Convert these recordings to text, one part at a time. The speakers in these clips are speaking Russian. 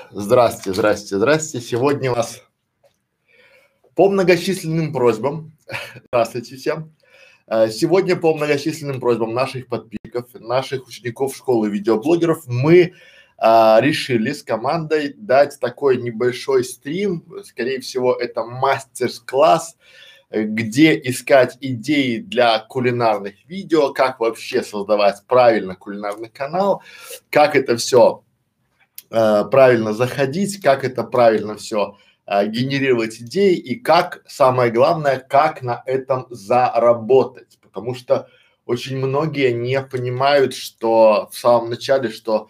Здрасте, здрасте, здрасте. Сегодня у нас по многочисленным просьбам, здравствуйте всем. Сегодня по многочисленным просьбам наших подписчиков, наших учеников школы видеоблогеров мы решили с командой дать такой небольшой стрим, скорее всего это мастер-класс, где искать идеи для кулинарных видео, как вообще создавать правильно кулинарный канал, как это все правильно заходить, как это правильно все генерировать идеи и как, самое главное, как на этом заработать, потому что очень многие не понимают, что в самом начале, что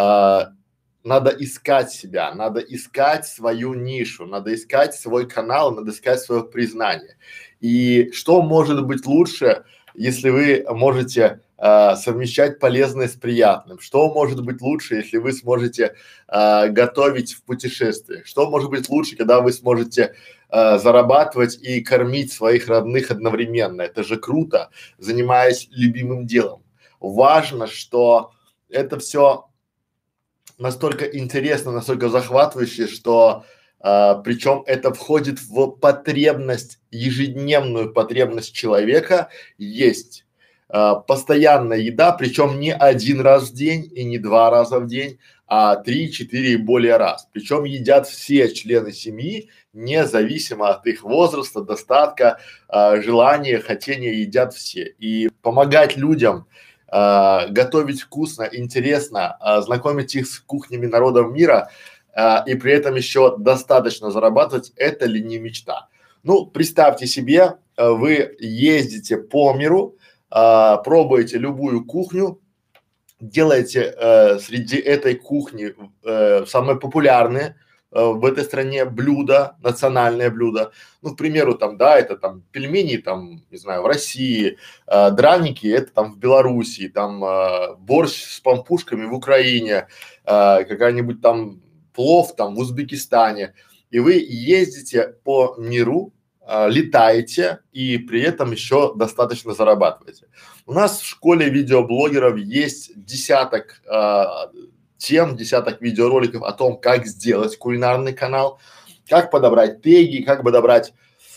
надо искать себя, надо искать свою нишу, надо искать свой канал, надо искать свое признание. И что может быть лучше, если вы можете совмещать полезное с приятным? Что может быть лучше, если вы сможете готовить в путешествиях? Что может быть лучше, когда вы сможете зарабатывать и кормить своих родных одновременно? Это же круто, занимаясь любимым делом. Важно, что это все настолько интересно, настолько захватывающе, что причем это входит в потребность, ежедневную потребность человека есть постоянная еда, причем не один раз в день и не два раза в день, а 3-4 и более раз. Причем едят все члены семьи, независимо от их возраста, достатка, желания, хотения, едят все. И помогать людям готовить вкусно, интересно, знакомить их с кухнями народов мира и при этом еще достаточно зарабатывать, это ли не мечта? Ну, представьте себе, вы ездите по миру, пробуете любую кухню, делаете среди этой кухни самые популярные в этой стране блюда, национальные блюда. Ну, к примеру, там, да, это там пельмени, там, не знаю, в России, драники, это там в Белоруссии, там борщ с пампушками в Украине, какая-нибудь там плов там в Узбекистане. И вы ездите по миру, летаете и при этом еще достаточно зарабатываете. У нас в школе видеоблогеров есть десяток тем, десяток видеороликов о том, как сделать кулинарный канал, как подобрать теги, как подобрать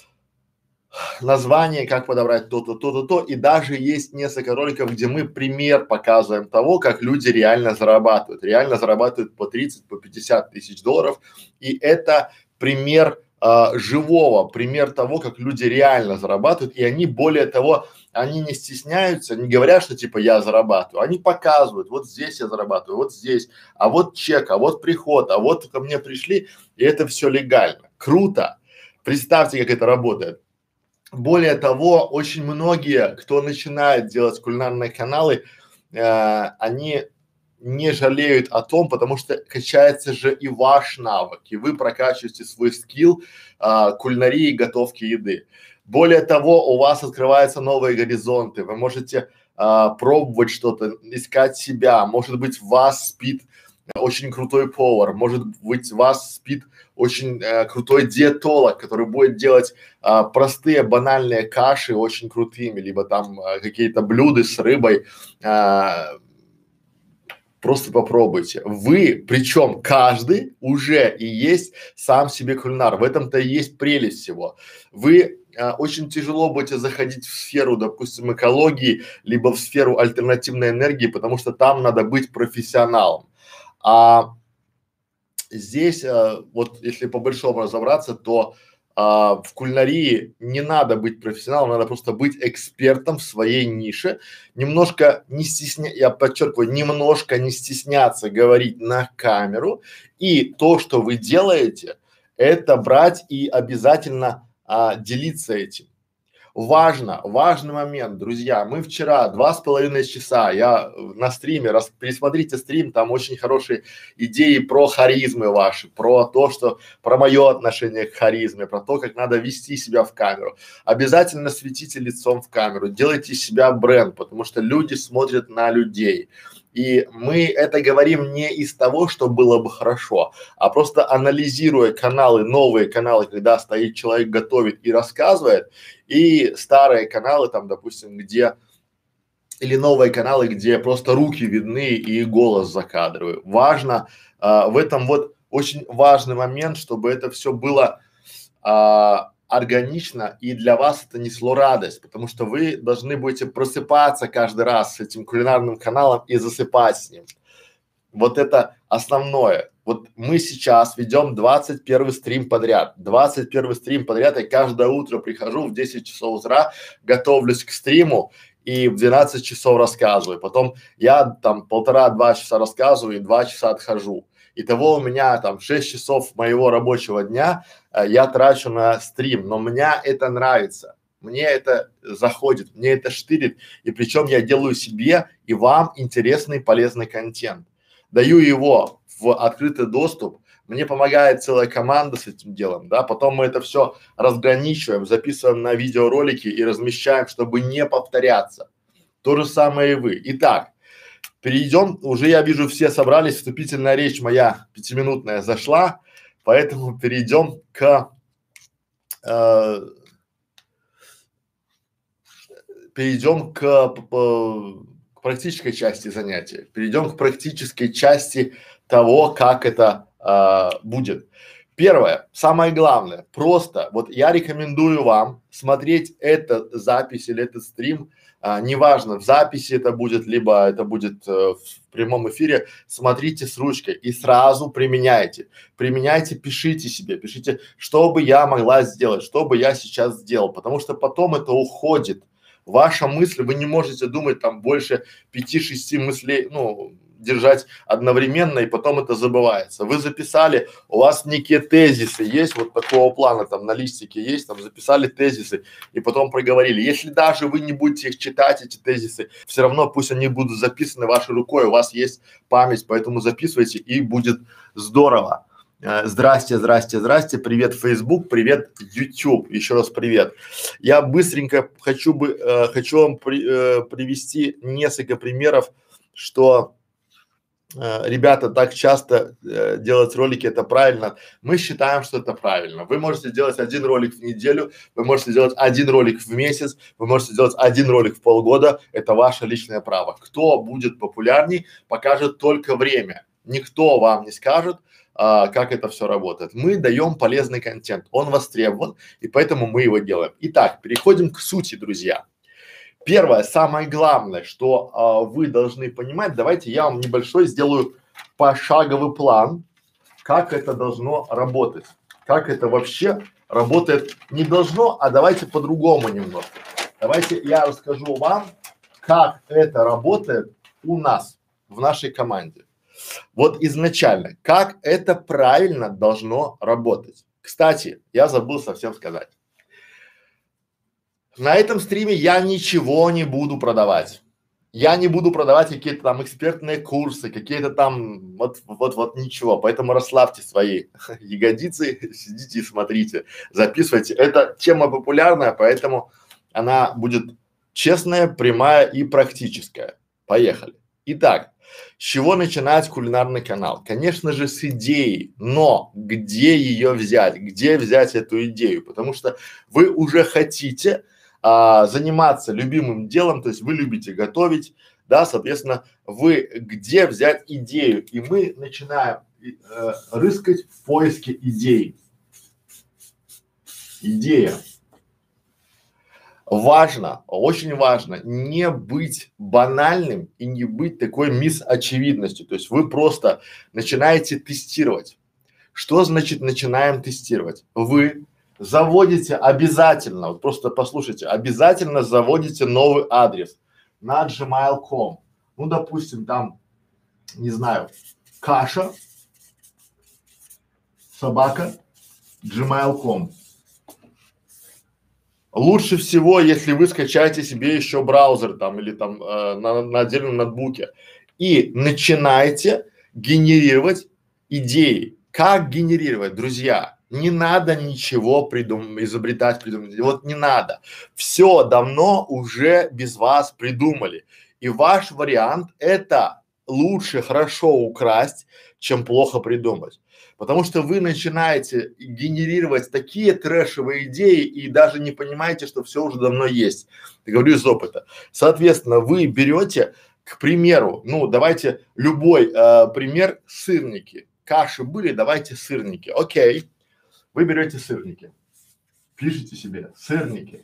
название, как подобрать то-то, то-то, то. И даже есть несколько роликов, где мы пример показываем того, как люди реально зарабатывают по 30, по 50 тысяч долларов. И это пример живого, пример того, как люди реально зарабатывают, и они, более того, они не стесняются, не говорят, что типа я зарабатываю, они показывают, вот здесь я зарабатываю, вот здесь, а вот чек, а вот приход, а вот ко мне пришли, и это все легально. Круто! Представьте, как это работает. Более того, очень многие, кто начинает делать кулинарные каналы, они не жалеют о том, потому что качается же и ваш навык, и вы прокачиваете свой скилл кулинарии, готовки еды. Более того, у вас открываются новые горизонты, вы можете пробовать что-то, искать себя, может быть, вас спит очень крутой повар, может быть, вас спит очень крутой диетолог, который будет делать простые банальные каши очень крутыми, либо там какие-то блюда с рыбой. Просто попробуйте. Вы, причем каждый уже и есть сам себе кулинар. В этом-то и есть прелесть всего. Вы очень тяжело будете заходить в сферу, допустим, экологии, либо в сферу альтернативной энергии, потому что там надо быть профессионалом. А здесь, вот если по-большому разобраться, то в кулинарии не надо быть профессионалом, надо просто быть экспертом в своей нише, немножко не я подчеркиваю, немножко не стесняться говорить на камеру, и то, что вы делаете, это брать и обязательно делиться этим. Важный момент, друзья. Мы вчера 2,5 часа, я на стриме, пересмотрите стрим, там очень хорошие идеи про харизмы ваши, про то, что, про мое отношение к харизме, про то, как надо вести себя в камеру. Обязательно светите лицом в камеру, делайте из себя бренд, потому что люди смотрят на людей. И мы это говорим не из того, что было бы хорошо, а просто анализируя каналы, новые каналы, когда стоит человек, готовит и рассказывает, и старые каналы там, допустим, где или новые каналы, где просто руки видны и голос закадровый. Важно в этом вот очень важный момент, чтобы это все было органично и для вас это несло радость, потому что вы должны будете просыпаться каждый раз с этим кулинарным каналом и засыпать с ним. Вот это основное. Вот мы сейчас ведем 21 стрим подряд. 21 стрим подряд. Я каждое утро прихожу в 10 часов утра, готовлюсь к стриму и в 12 часов рассказываю. Потом я там 1,5–2 часа рассказываю и 2 часа отхожу. Итого у меня там 6 часов моего рабочего дня я трачу на стрим, но мне это нравится. Мне это заходит, мне это штырит, и причем я делаю себе и вам интересный, полезный контент. Даю его в открытый доступ, мне помогает целая команда с этим делом, да, потом мы это все разграничиваем, записываем на видеоролики и размещаем, чтобы не повторяться. То же самое и вы. Итак, перейдем, уже я вижу, все собрались, вступительная речь моя 5-минутная зашла, поэтому перейдем к практической части занятия, перейдем к практической части того, как это будет. Первое, самое главное, просто вот я рекомендую вам смотреть эту запись или этот стрим, неважно, в записи это будет, либо это будет в прямом эфире, смотрите с ручкой и сразу применяйте. Применяйте, пишите себе, пишите, что бы я могла сделать, что бы я сейчас сделал, потому что потом это уходит. Ваша мысль, вы не можете думать там больше 5–6 мыслей, ну, держать одновременно, и потом это забывается. Вы записали, у вас некие тезисы есть, вот такого плана там на листике есть, там записали тезисы и потом проговорили. Если даже вы не будете их читать, эти тезисы, все равно пусть они будут записаны вашей рукой, у вас есть память, поэтому записывайте и будет здорово. Здрасте, здрасте, здрасте, привет Facebook, привет YouTube, еще раз привет. Я быстренько хочу вам привести несколько примеров, что ребята так часто делать ролики, это правильно. Мы считаем, что это правильно. Вы можете делать один ролик в неделю, вы можете делать один ролик в месяц, вы можете делать один ролик в полгода. Это ваше личное право. Кто будет популярней, покажет только время. Никто вам не скажет, как это все работает. Мы даем полезный контент, он востребован, и поэтому мы его делаем. Итак, переходим к сути, друзья. Первое, самое главное, что вы должны понимать, давайте я вам небольшой сделаю пошаговый план, как это должно работать, как это вообще работает, не должно, а давайте по-другому немножко. Давайте я расскажу вам, как это работает у нас, в нашей команде. Вот изначально, как это правильно должно работать. Кстати, я забыл совсем сказать. На этом стриме я ничего не буду продавать. Я не буду продавать какие-то там экспертные курсы, какие-то там вот ничего. Поэтому расслабьте свои ягодицы, сидите и смотрите, записывайте. Это тема популярная, поэтому она будет честная, прямая и практическая. Поехали. Итак, с чего начинать кулинарный канал? Конечно же, с идеи, но где ее взять? Где взять эту идею? Потому что вы уже хотите заниматься любимым делом, то есть вы любите готовить, да, соответственно, вы где взять идею? И мы начинаем рыскать в поиске идей. Идея. Важно, очень важно не быть банальным и не быть такой мисс-очевидностью. То есть вы просто начинаете тестировать. Что значит начинаем тестировать? Вы заводите обязательно, вот просто послушайте, обязательно заводите новый адрес на gmail.com. Ну, допустим, там, не знаю, каша собака gmail.com. Лучше всего, если вы скачаете себе еще браузер там или там на отдельном ноутбуке и начинаете генерировать идеи. Как генерировать, друзья? Не надо ничего изобретать, придумать. Вот не надо. Все давно уже без вас придумали. И ваш вариант это лучше хорошо украсть, чем плохо придумать. Потому что вы начинаете генерировать такие трэшевые идеи и даже не понимаете, что все уже давно есть. Я говорю из опыта. Соответственно, вы берете, к примеру, ну давайте любой пример, сырники. каши были, давайте сырники. Окей, вы берете сырники, пишите себе сырники.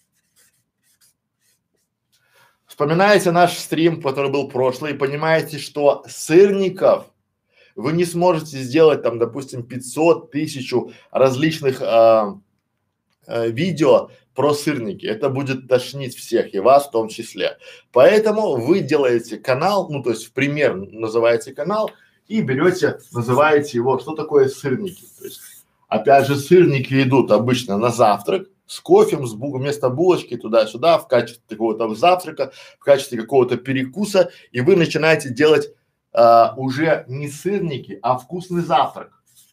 Вспоминаете наш стрим, который был прошлый, и понимаете, что сырников вы не сможете сделать там, допустим, 500, 1000 различных видео про сырники. Это будет тошнить всех, и вас в том числе. Поэтому вы делаете канал, ну то есть в пример называете канал и берете, называете его, что такое сырники. То есть, опять же, сырники идут обычно на завтрак с кофе, вместо булочки туда-сюда, в качестве какого-то завтрака, в качестве какого-то перекуса, и вы начинаете делать уже не сырники, а вкусный завтрак.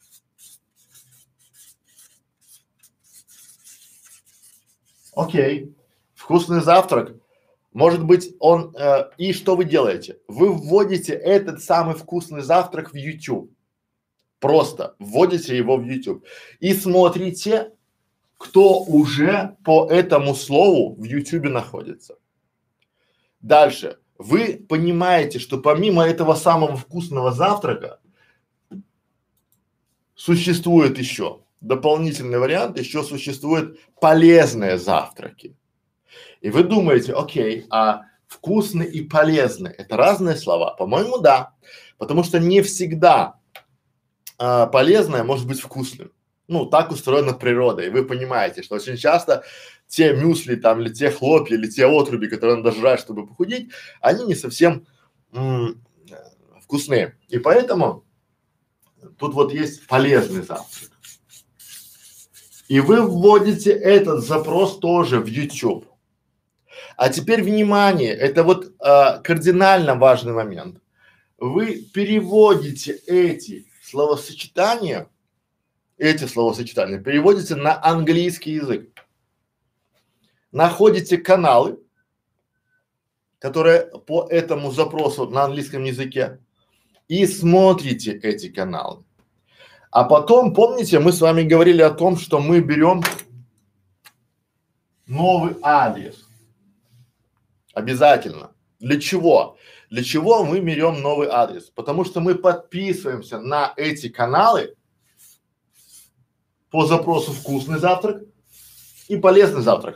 Окей, вкусный завтрак. Может быть, он и что вы делаете? Вы вводите этот самый вкусный завтрак в YouTube. Просто вводите его в YouTube и смотрите, кто уже по этому слову в YouTube находится. Дальше. Вы понимаете, что помимо этого самого вкусного завтрака существует еще дополнительный вариант, еще существуют полезные завтраки. И вы думаете, окей, а вкусный и полезный – это разные слова? По-моему, да. Потому что не всегда полезное может быть вкусным. Ну, так устроена природа. И вы понимаете, что очень часто те мюсли там, или те хлопья, или те отруби, которые надо жрать, чтобы похудеть, они не совсем вкусные. И поэтому тут вот есть полезный завтрак. И вы вводите этот запрос тоже в YouTube. А теперь внимание, это вот кардинально важный момент. Вы переводите эти словосочетания переводите на английский язык. Находите каналы, которые по этому запросу на английском языке, и смотрите эти каналы. А потом, помните, мы с вами говорили о том, что мы берем новый адрес. Обязательно. Для чего? Для чего мы берем новый адрес? Потому что мы подписываемся на эти каналы по запросу вкусный завтрак и полезный завтрак.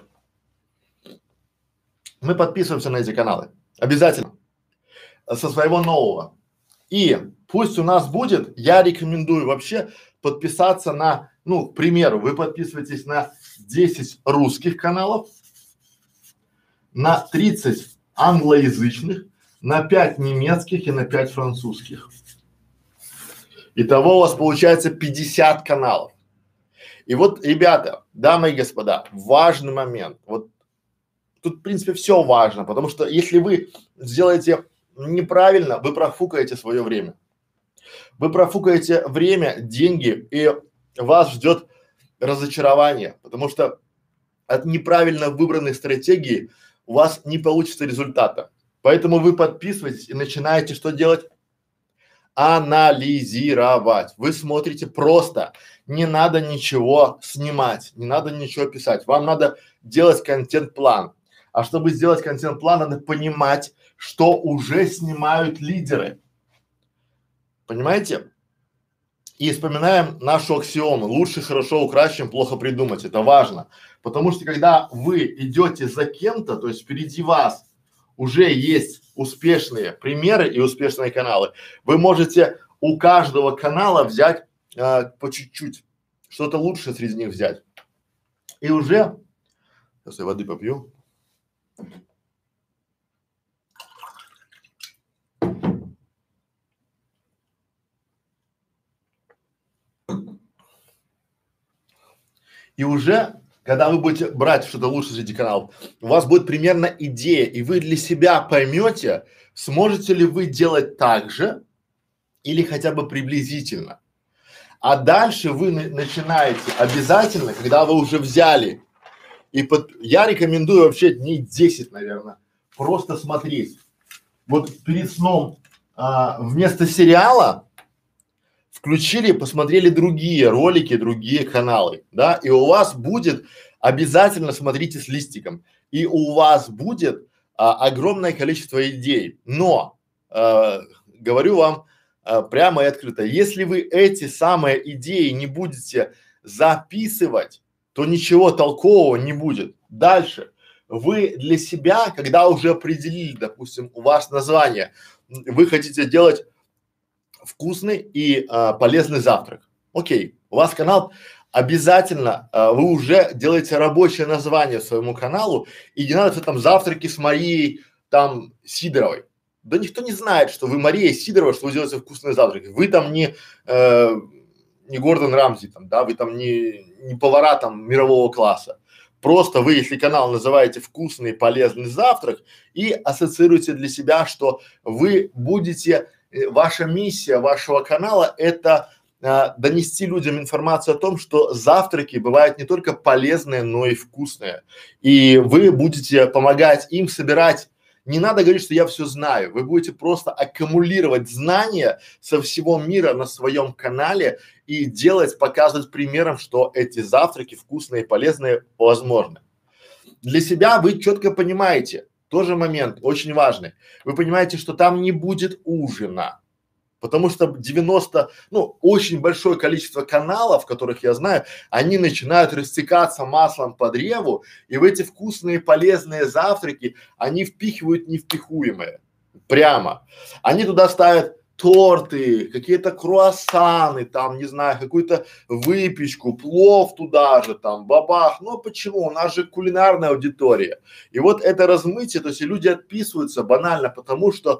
Мы подписываемся на эти каналы. Обязательно. Со своего нового. И пусть у нас будет, я рекомендую вообще подписаться на, ну, к примеру, вы подписываетесь на 10 русских каналов, на 30 англоязычных, на 5 немецких и на 5 французских. Итого у вас получается 50 каналов. И вот, ребята, дамы и господа, важный момент. Вот тут, в принципе, все важно, потому что если вы сделаете неправильно, вы профукаете свое время. Вы профукаете время, деньги, и вас ждет разочарование, потому что от неправильно выбранной стратегии у вас не получится результата. Поэтому вы подписываетесь и начинаете что делать? Анализировать. Вы смотрите просто, не надо ничего снимать, не надо ничего писать, вам надо делать контент-план. А чтобы сделать контент-план, надо понимать, что уже снимают лидеры. Понимаете? И вспоминаем нашу аксиому: лучше хорошо украсть, чем плохо придумать. Это важно. Потому что когда вы идете за кем-то, то есть впереди вас уже есть успешные примеры и успешные каналы, вы можете у каждого канала взять по чуть-чуть, что-то лучшее среди них взять. И уже, сейчас я воды попью. И уже, когда вы будете брать что-то лучше среди каналов, у вас будет примерно идея, и вы для себя поймете, сможете ли вы делать так же или хотя бы приблизительно. А дальше вы начинаете обязательно, когда вы уже взяли, и я рекомендую вообще дней 10, наверное, просто смотреть. Вот перед сном вместо сериала включили, посмотрели другие ролики, другие каналы, да, и у вас будет, обязательно смотрите с листиком, и у вас будет огромное количество идей, но говорю вам прямо и открыто. Если вы эти самые идеи не будете записывать, то ничего толкового не будет. Дальше. Вы для себя, когда уже определили, допустим, у вас название, вы хотите делать вкусный и полезный завтрак. Окей, у вас канал, обязательно вы уже делаете рабочее название своему каналу, и не надо все там завтраки с Марией там Сидоровой. Да никто не знает, что вы Мария Сидорова, что вы делаете вкусные завтраки. Вы там не Гордон Рамзи там, да, вы там не повара там мирового класса. Просто вы, если канал называете вкусный полезный завтрак и ассоциируете для себя, что вы будете, ваша миссия вашего канала это донести людям информацию о том, что завтраки бывают не только полезные, но и вкусные. И вы будете помогать им собирать. Не надо говорить, что я все знаю. Вы будете просто аккумулировать знания со всего мира на своем канале и делать, показывать примером, что эти завтраки вкусные и полезные возможны. Для себя вы четко понимаете, тоже момент очень важный. Вы понимаете, что там не будет ужина. Потому что 90, ну, очень большое количество каналов, которых я знаю, они начинают растекаться маслом по древу, и в эти вкусные полезные завтраки они впихивают невпихуемое. Прямо. Они туда ставят торты, какие-то круассаны, там, не знаю, какую-то выпечку, плов туда же, там, бабах. Ну, почему? У нас же кулинарная аудитория. И вот это размытие, то есть и люди отписываются банально, потому что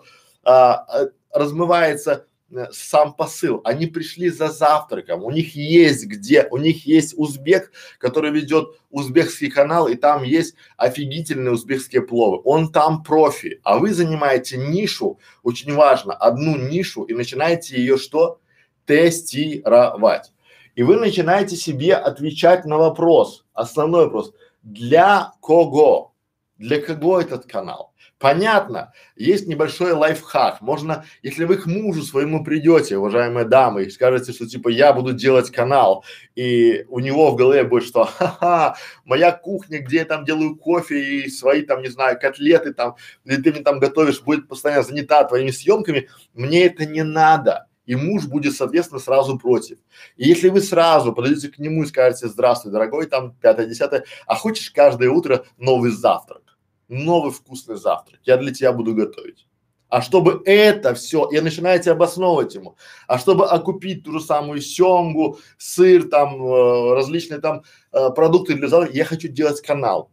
размывается сам посыл. Они пришли за завтраком, у них есть где, у них есть узбек, который ведет узбекский канал, и там есть офигительные узбекские пловы. Он там профи, а вы занимаете нишу, очень важно, одну нишу и начинаете ее что? Тестировать. И вы начинаете себе отвечать на вопрос, основной вопрос, для кого? Для кого этот канал? Понятно, есть небольшой лайфхак. Можно, если вы к мужу своему придете, уважаемые дамы, и скажете, что типа я буду делать канал, и у него в голове будет, что ха-ха, моя кухня, где я там делаю кофе и свои там, не знаю, котлеты там, или ты мне там готовишь, будет постоянно занята твоими съемками, мне это не надо. И муж будет, соответственно, сразу против. И если вы сразу подойдете к нему и скажете, здравствуй, дорогой, там, пятое, десятое, а хочешь каждое утро новый завтрак? Новый вкусный завтрак, я для тебя буду готовить. А чтобы это все, и начинаете обосновывать ему, а чтобы окупить ту же самую семгу, сыр, там, различные там продукты для завтрака, я хочу делать канал.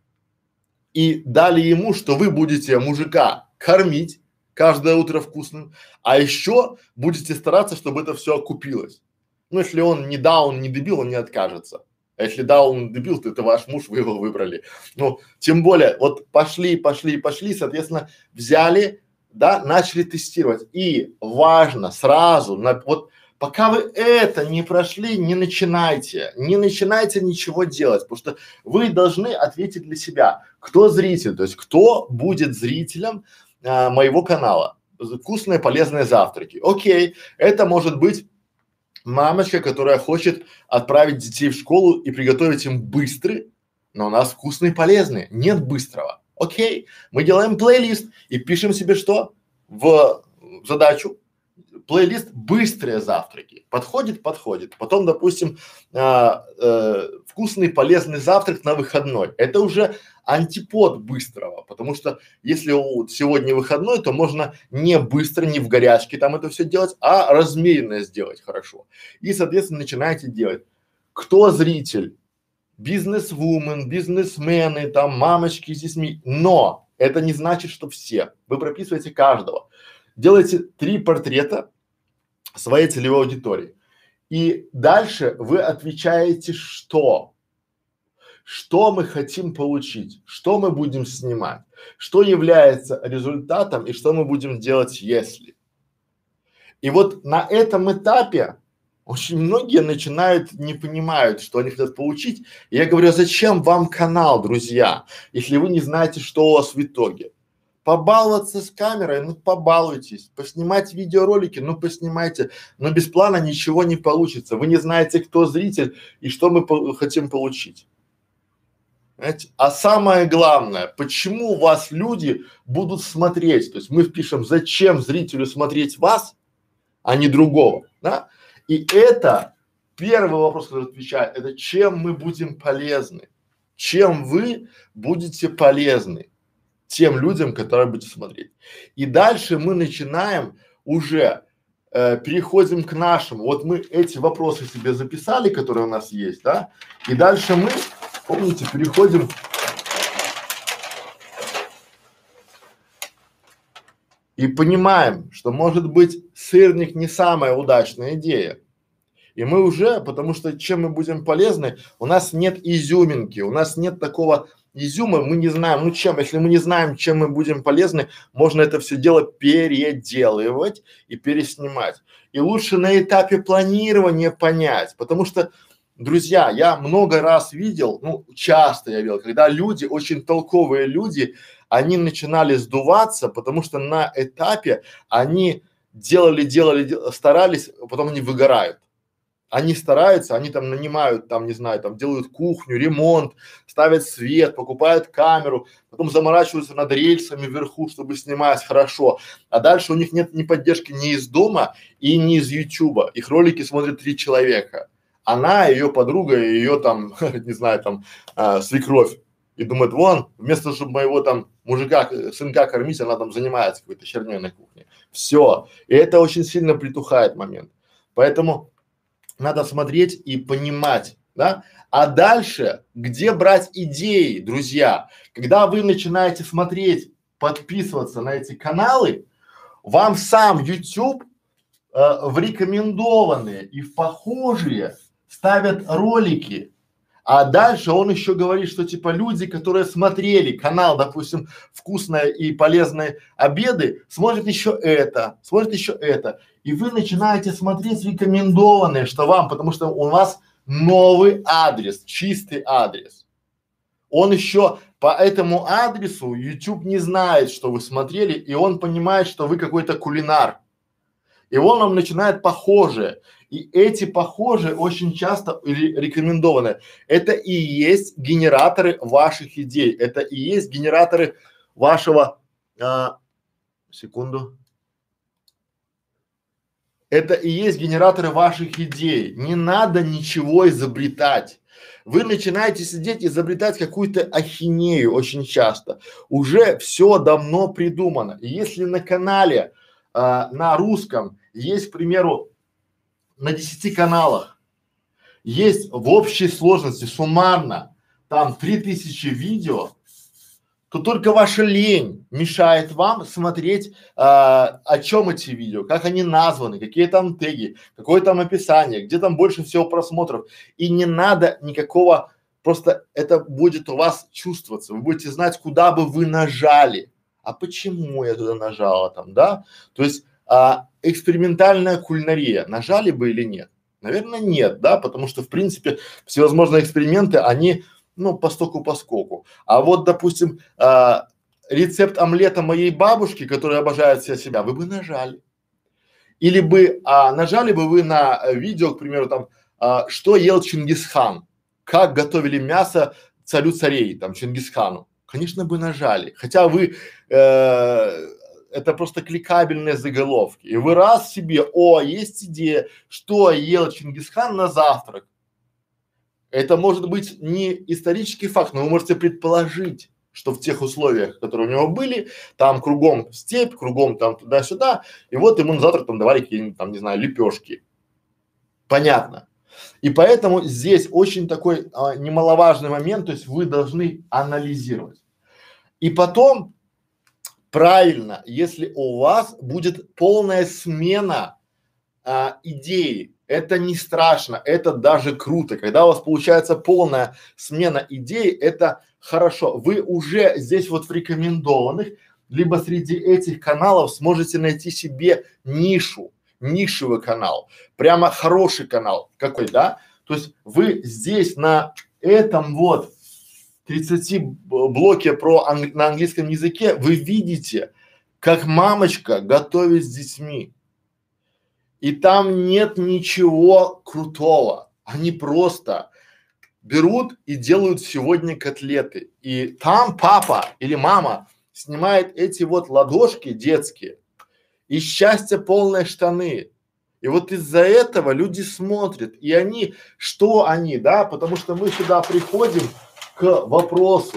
И дали ему, что вы будете мужика кормить каждое утро вкусным, а еще будете стараться, чтобы это все окупилось. Ну, если он не даун, не дебил, он не откажется. А если да, он дебил, то это ваш муж, вы его выбрали. Ну, тем более, вот пошли, соответственно, взяли, да, начали тестировать. И важно сразу, вот пока вы это не прошли, не начинайте ничего делать, потому что вы должны ответить для себя, кто зритель, то есть кто будет зрителем моего канала. Вкусные, полезные завтраки. Окей, это может быть мамочка, которая хочет отправить детей в школу и приготовить им быстрый, но у нас вкусные и полезные, нет быстрого. Окей, мы делаем плейлист и пишем себе что? В задачу плейлист быстрые завтраки. Подходит? Подходит. Потом, допустим, вкусный полезный завтрак на выходной. Это уже антипод быстрого, потому что если сегодня выходной, то можно не быстро, не в горячке там это все делать, а размеренно сделать хорошо. И, соответственно, начинаете делать. Кто зритель? Бизнес-вумен, бизнесмены, там мамочки с детьми. Но это не значит, что все. Вы прописываете каждого. Делаете 3 портрета своей целевой аудитории. И дальше вы отвечаете, что мы хотим получить, что мы будем снимать, что является результатом и что мы будем делать, если. И вот на этом этапе очень многие начинают, не понимают, что они хотят получить. И я говорю, а зачем вам канал, друзья, если вы не знаете, что у вас в итоге? Побаловаться с камерой, ну побалуйтесь, поснимать видеоролики, ну поснимайте, но без плана ничего не получится. Вы не знаете, кто зритель и что мы хотим получить. Понимаете? А самое главное, почему вас люди будут смотреть? То есть мы пишем, зачем зрителю смотреть вас, а не другого, да? И это первый вопрос, который отвечает, это чем мы будем полезны, чем вы будете полезны тем людям, которые будете смотреть. И дальше мы начинаем уже переходим к нашему. Вот мы эти вопросы себе записали, которые у нас есть, да, и дальше мы, помните, переходим и понимаем, что может быть сырник не самая удачная идея. И мы уже, потому что чем мы будем полезны, у нас нет изюминки, у нас нет такого изюма, мы не знаем, ну чем, если мы не знаем, чем мы будем полезны, можно это все дело переделывать и переснимать. И лучше на этапе планирования понять, потому что, друзья, я много раз видел, ну часто я видел, когда люди, очень толковые люди, они начинали сдуваться, потому что на этапе они делали, старались, потом они выгорают. Они стараются, они там нанимают, там, не знаю, там делают кухню, ремонт, ставят свет, покупают камеру, потом заморачиваются над рельсами вверху, чтобы снимать хорошо. А дальше у них нет ни поддержки ни из дома и ни из Ютуба. Их ролики смотрят 3 человека. Она, ее подруга, и ее там, не знаю, там, свекровь. И думает, вон, вместо того, чтобы моего там мужика, сынка кормить, она там занимается какой-то херней на кухне. Все. И это очень сильно притухает момент. Поэтому надо смотреть и понимать, да? А дальше, где брать идеи, друзья? Когда вы начинаете смотреть, подписываться на эти каналы, вам сам YouTube в рекомендованные и в похожие ставят ролики. А дальше он еще говорит, что типа люди, которые смотрели канал, допустим, вкусные и полезные обеды, смотрят еще это, смотрят еще это. И вы начинаете смотреть рекомендованные, что вам, потому что у вас новый адрес, чистый адрес. Он еще по этому адресу YouTube не знает, что вы смотрели, и он понимает, что вы какой-то кулинар. И он вам начинает похожие. И эти похожие очень часто рекомендованы. Это и есть генераторы ваших идей. Это и есть генераторы вашего, секунду. Это и есть генераторы ваших идей. Не надо ничего изобретать. Вы начинаете сидеть изобретать какую-то ахинею очень часто. Уже все давно придумано. И если на канале на русском есть, к примеру, на 10 каналах есть в общей сложности суммарно там 3000 видео, то только ваша лень мешает вам смотреть, о чем эти видео, как они названы, какие там теги, какое там описание, где там больше всего просмотров. И не надо никакого, просто это будет у вас чувствоваться, вы будете знать, куда бы вы нажали. А почему я туда нажала там, да? То есть экспериментальная кулинария, нажали бы или нет? Наверное, нет, да, потому что, в принципе, всевозможные эксперименты, они, ну, поскоку. А вот, допустим, рецепт омлета моей бабушки, которая обожает себя, вы бы нажали. Или бы, нажали бы вы на видео, к примеру, там, что ел Чингисхан, как готовили мясо царю царей, там, Чингисхану. Конечно, бы нажали. Хотя вы, это просто кликабельные заголовки. И вы раз себе, есть идея, что ел Чингисхан на завтрак. Это может быть не исторический факт, но вы можете предположить, что в тех условиях, которые у него были, там кругом степь, кругом там туда-сюда, и вот ему на завтрак там давали какие-нибудь там, не знаю, лепешки. Понятно. И поэтому здесь очень такой немаловажный момент, то есть вы должны анализировать. И потом правильно, если у вас будет полная смена идеи, это не страшно, это даже круто. Когда у вас получается полная смена идей, это хорошо. Вы уже здесь вот в рекомендованных, либо среди этих каналов сможете найти себе нишу, нишевый канал, прямо хороший канал какой, да? То есть вы здесь на этом вот 30 блоке на английском языке вы видите, как мамочка готовит с детьми. И там нет ничего крутого. Они просто берут и делают сегодня котлеты. И там папа или мама снимает эти вот ладошки детские и счастье полные штаны. И вот из-за этого люди смотрят, и они, что они, да, потому что мы сюда приходим к вопросу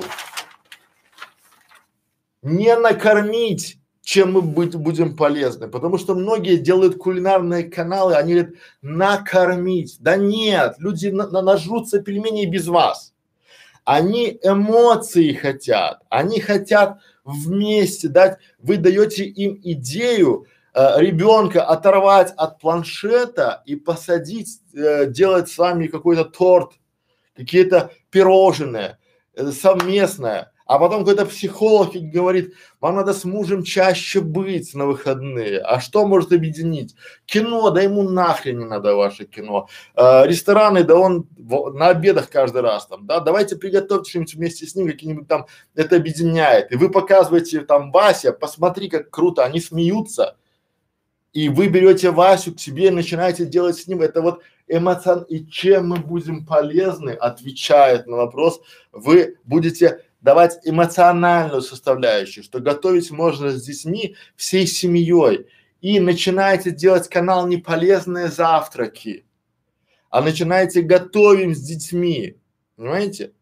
не накормить, чем мы будем полезны, потому что многие делают кулинарные каналы, они говорят накормить, да нет, люди нажрутся пельменей без вас, они эмоции хотят, они хотят вместе дать, вы даете им идею ребенка оторвать от планшета и посадить, делать с вами какой-то торт, какие-то пирожные, совместное. А потом какой-то психолог говорит, вам надо с мужем чаще быть на выходные. А что может объединить? Кино, да ему нахрен не надо ваше кино. Рестораны, да он на обедах каждый раз там, да, давайте приготовьте что-нибудь вместе с ним, какие-нибудь там, это объединяет. И вы показываете там Вася, посмотри, как круто, они смеются. И вы берете Васю к себе и начинаете делать с ним, это вот и чем мы будем полезны, отвечает на вопрос, вы будете давать эмоциональную составляющую, что готовить можно с детьми, всей семьей, и начинаете делать канал не полезные завтраки, а начинаете готовим с детьми, понимаете?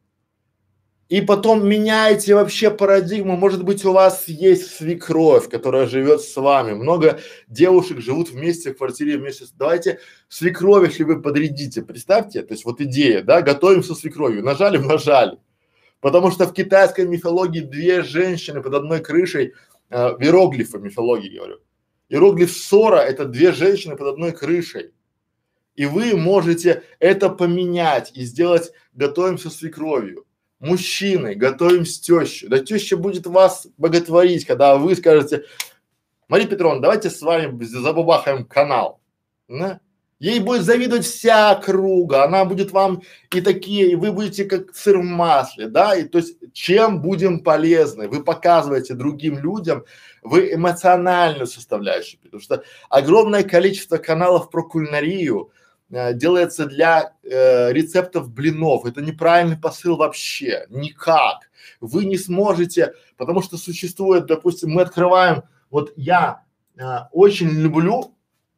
И потом меняете вообще парадигму. Может быть, у вас есть свекровь, которая живет с вами. Много девушек живут вместе в квартире вместе. Давайте свекровь, если вы подрядите, представьте, то есть вот идея, да, готовим со свекровью, нажали. Потому что в китайской мифологии две женщины под одной крышей, в иероглифе мифологии говорю. Иероглиф ссора – это две женщины под одной крышей. И вы можете это поменять и сделать готовим со свекровью. Мужчины, готовим с тещей. Да теща будет вас боготворить, когда вы скажете, Мария Петровна, давайте с вами забабахаем канал. Да? Ей будет завидовать вся округа, она будет вам и такие, и вы будете как сыр в масле, да, и то есть чем будем полезны, вы показываете другим людям, вы эмоциональную составляющую, потому что огромное количество каналов про кулинарию делается для рецептов блинов, это неправильный посыл вообще, никак, вы не сможете, потому что существует, допустим, мы открываем, вот я очень люблю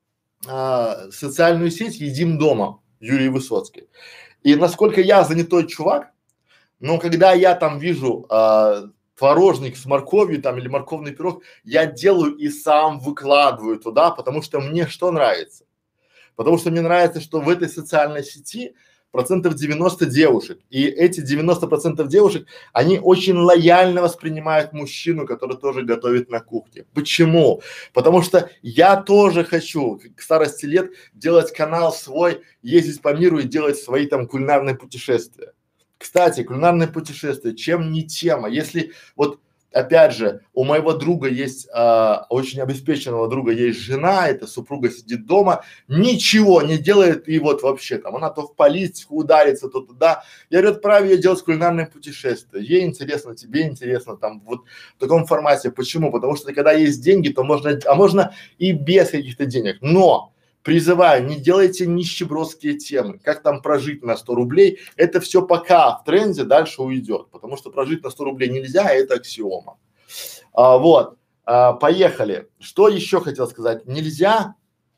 социальную сеть «Едим дома» Юлии Высоцкой. И насколько я занятой чувак, но когда я там вижу творожник с морковью там или морковный пирог, я делаю и сам выкладываю туда, потому что мне что нравится? Потому что мне нравится, что в этой социальной сети 90% девушек, и эти 90% девушек, они очень лояльно воспринимают мужчину, который тоже готовит на кухне. Почему? Потому что я тоже хочу к старости лет делать канал свой, ездить по миру и делать свои там кулинарные путешествия. Кстати, кулинарные путешествия, чем не тема, если вот опять же, у моего друга есть, очень обеспеченного друга есть жена, эта супруга сидит дома, ничего не делает и вот вообще там, она то в политику ударится, то туда. Я говорю, отправь ее делать кулинарное путешествие. Ей интересно, тебе интересно, там вот в таком формате. Почему? Потому что когда есть деньги, то можно, а можно и без каких-то денег. Но призываю, не делайте нищебродские темы, как там прожить на 100 рублей, это все пока в тренде, дальше уйдет, потому что прожить на 100 рублей нельзя, это аксиома. Вот, поехали. Что еще хотел сказать? Нельзя,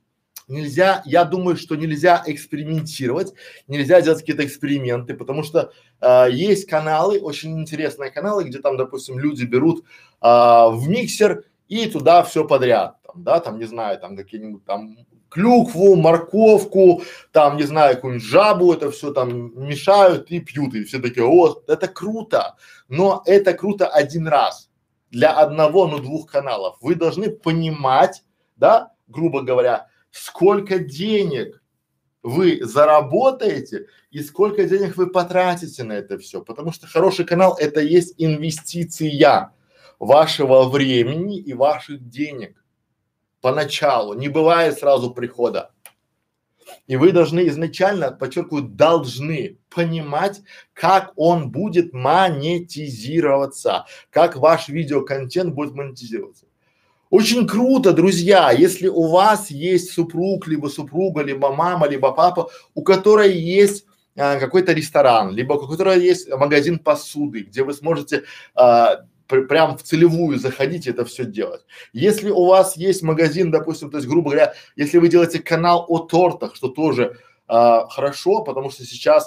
я думаю, что нельзя экспериментировать, нельзя делать какие-то эксперименты, потому что есть каналы, очень интересные каналы, где там, допустим, люди берут в миксер и туда все подряд, там, да, там, не знаю, там какие-нибудь там клюкву, морковку, там, не знаю, какую-нибудь жабу, это все там мешают и пьют, и все такие, о, это круто, но это круто один раз для одного, ну, двух каналов. Вы должны понимать, да, грубо говоря, сколько денег вы заработаете и сколько денег вы потратите на это все, потому что хороший канал – это есть инвестиция вашего времени и ваших денег. Поначалу, не бывает сразу прихода. И вы должны изначально, подчеркиваю, должны понимать, как он будет монетизироваться, как ваш видеоконтент будет монетизироваться. Очень круто, друзья, если у вас есть супруг, либо супруга, либо мама, либо папа, у которой есть какой-то ресторан, либо у которой есть магазин посуды, где вы сможете прям в целевую заходить и это все делать. Если у вас есть магазин, допустим, то есть, грубо говоря, если вы делаете канал о тортах, что тоже хорошо, потому что сейчас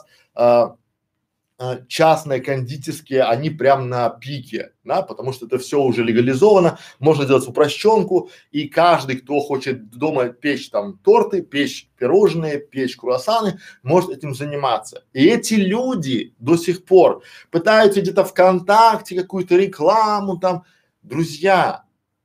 частные кондитерские, они прям на пике, да, потому что это все уже легализовано, можно делать упрощенку, и каждый, кто хочет дома печь там торты, печь пирожные, печь круассаны, может этим заниматься. И эти люди до сих пор пытаются где-то ВКонтакте какую-то рекламу там, друзья,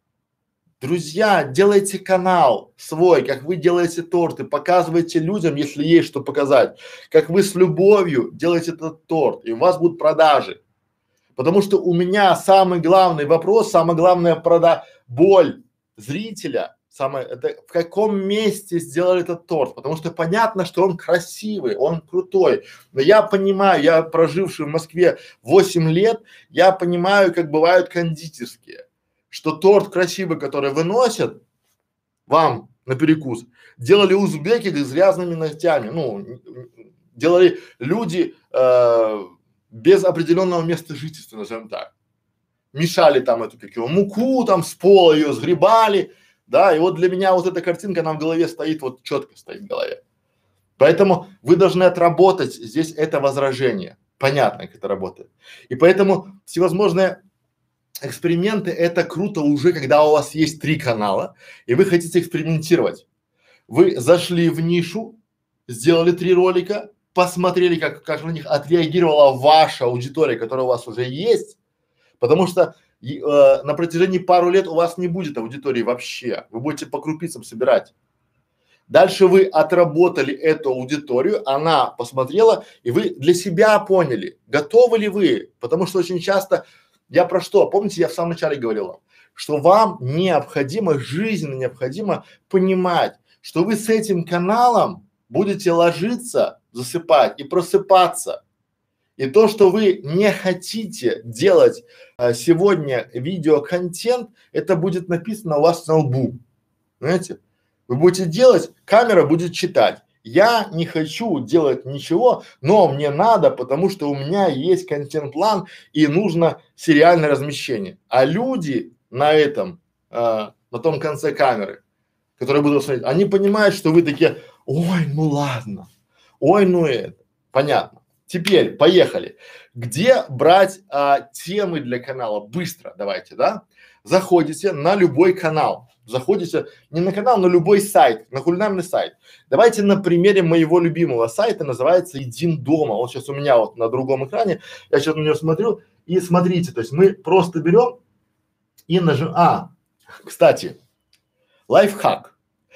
делайте канал свой, как вы делаете торты, показывайте людям, если есть что показать, как вы с любовью делаете этот торт, и у вас будут продажи. Потому что у меня самый главный вопрос, самая главная боль зрителя, это в каком месте сделали этот торт, потому что понятно, что он красивый, он крутой, но я понимаю, я проживший в Москве 8 лет, я понимаю, как бывают кондитерские, что торт красивый, который выносят вам на перекус, делали узбеки с грязными ногтями, ну, делали люди без определенного места жительства, назовем так. Мешали там эту, как его, муку там с пола ее сгребали, да, и вот для меня вот эта картинка, она в голове стоит, вот четко стоит в голове. Поэтому вы должны отработать здесь это возражение. Понятно, как это работает. И поэтому всевозможные эксперименты это круто уже, когда у вас есть 3 канала, и вы хотите экспериментировать. Вы зашли в нишу, сделали 3 ролика, посмотрели, как на них отреагировала ваша аудитория, которая у вас уже есть, потому что на протяжении пару лет у вас не будет аудитории вообще, вы будете по крупицам собирать. Дальше вы отработали эту аудиторию, она посмотрела, и вы для себя поняли, готовы ли вы, потому что очень часто я про что? Помните, я в самом начале говорил вам, что вам необходимо, жизненно необходимо понимать, что вы с этим каналом будете ложиться, засыпать и просыпаться. И то, что вы не хотите делать сегодня видеоконтент, это будет написано у вас на лбу. Знаете? Вы будете делать, камера будет читать. Я не хочу делать ничего, но мне надо, потому что у меня есть контент-план и нужно сериальное размещение. А люди на этом, на том конце камеры, которые будут смотреть, они понимают, что вы такие, ой, ну ладно, ой, ну это, понятно. Теперь поехали. Где брать темы для канала? Быстро давайте, да? Заходите на любой канал. Заходите не на канал, на любой сайт, на кулинарный сайт. Давайте на примере моего любимого сайта, называется «Едим дома». Он сейчас у меня вот на другом экране, я сейчас на него смотрю, и смотрите, то есть мы просто берем и нажимаем. Кстати, лайфхак.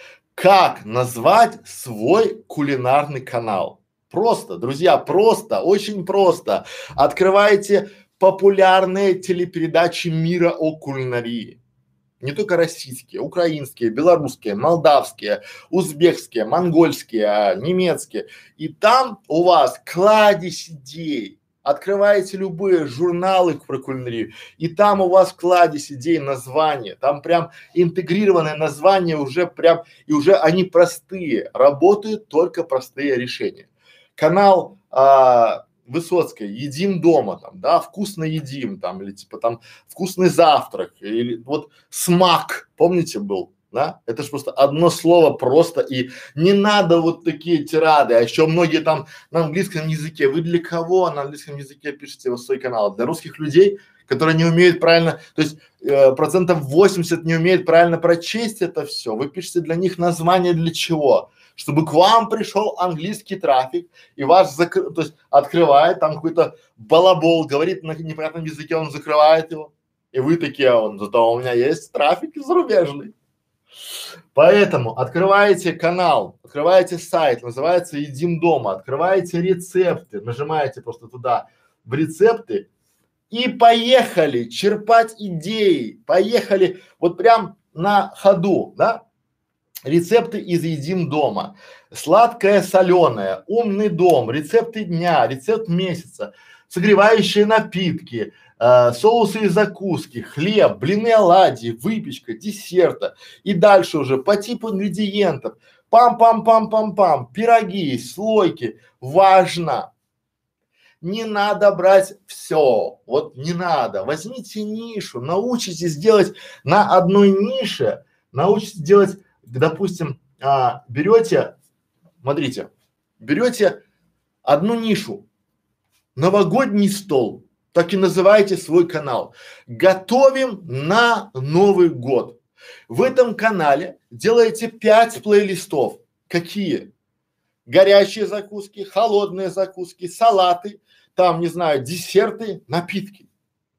Как назвать свой кулинарный канал? Просто, друзья, просто, очень просто. Открывайте популярные телепередачи мира о кулинарии. Не только российские, украинские, белорусские, молдавские, узбекские, монгольские, немецкие. И там у вас кладезь идей. Открываете любые журналы про кулинарию, и там у вас кладезь идей, названия. Там прям интегрированное название уже прям, и уже они простые. Работают только простые решения. Канал Высоцкой, едим дома там, да, вкусно едим там, или типа там вкусный завтрак, или вот смак, помните был, да? Это же просто одно слово просто, и не надо вот такие тирады, а еще многие там на английском языке, вы для кого на английском языке пишете в свой канал? Для русских людей, которые не умеют правильно, то есть 80% не умеют правильно прочесть это все, вы пишете для них название для чего? Чтобы к вам пришел английский трафик и вас то есть открывает там какой-то балабол, говорит на непонятном языке, он закрывает его, и вы такие, зато у меня есть трафик зарубежный. Поэтому открываете канал, открываете сайт, называется «Едим дома», открываете рецепты, нажимаете просто туда в рецепты и поехали черпать идеи, поехали вот прям на ходу, да? Рецепты из «Едим дома», сладкое, соленое, умный дом, рецепты дня, рецепт месяца, согревающие напитки, соусы и закуски, хлеб, блины, оладьи, выпечка, десерта и дальше уже по типу ингредиентов, пам-пам-пам-пам-пам, пироги, слойки. Важно Не надо брать все, вот не надо. Возьмите нишу, научитесь делать на одной нише, научитесь делать, допустим, берете, смотрите, берете одну нишу, новогодний стол, так и называете свой канал. Готовим на Новый год. В этом канале делаете 5 плейлистов. Какие? Горячие закуски, холодные закуски, салаты, там, не знаю, десерты, напитки.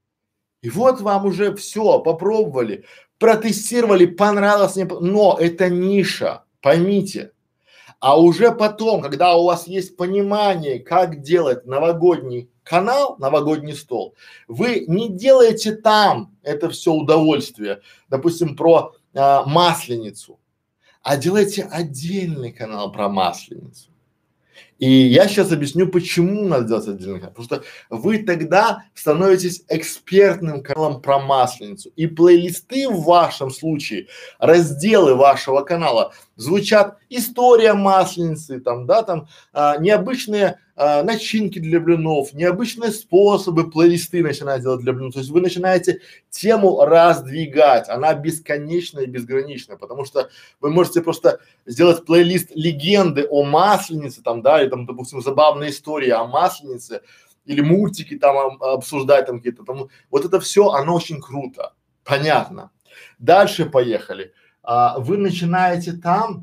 И вот вам уже все, попробовали, протестировали, понравилось, не, но это ниша, поймите. А уже потом, когда у вас есть понимание, как делать новогодний канал, новогодний стол, вы не делаете там это все удовольствие, допустим, про масленицу, а делаете отдельный канал про масленицу. И я сейчас объясню, почему надо делать отдельный канал. Потому что вы тогда становитесь экспертным каналом про масленицу. И плейлисты в вашем случае, разделы вашего канала звучат история масленицы, там, да, там, необычные начинки для блинов, необычные способы, плейлисты начинают делать для блинов. То есть вы начинаете тему раздвигать, она бесконечна и безгранична, потому что вы можете просто сделать плейлист легенды о масленице, там, да, или там, допустим, забавные истории о масленице, или мультики там обсуждать там какие-то там. Вот это все, оно очень круто, понятно. Дальше поехали. Вы начинаете там,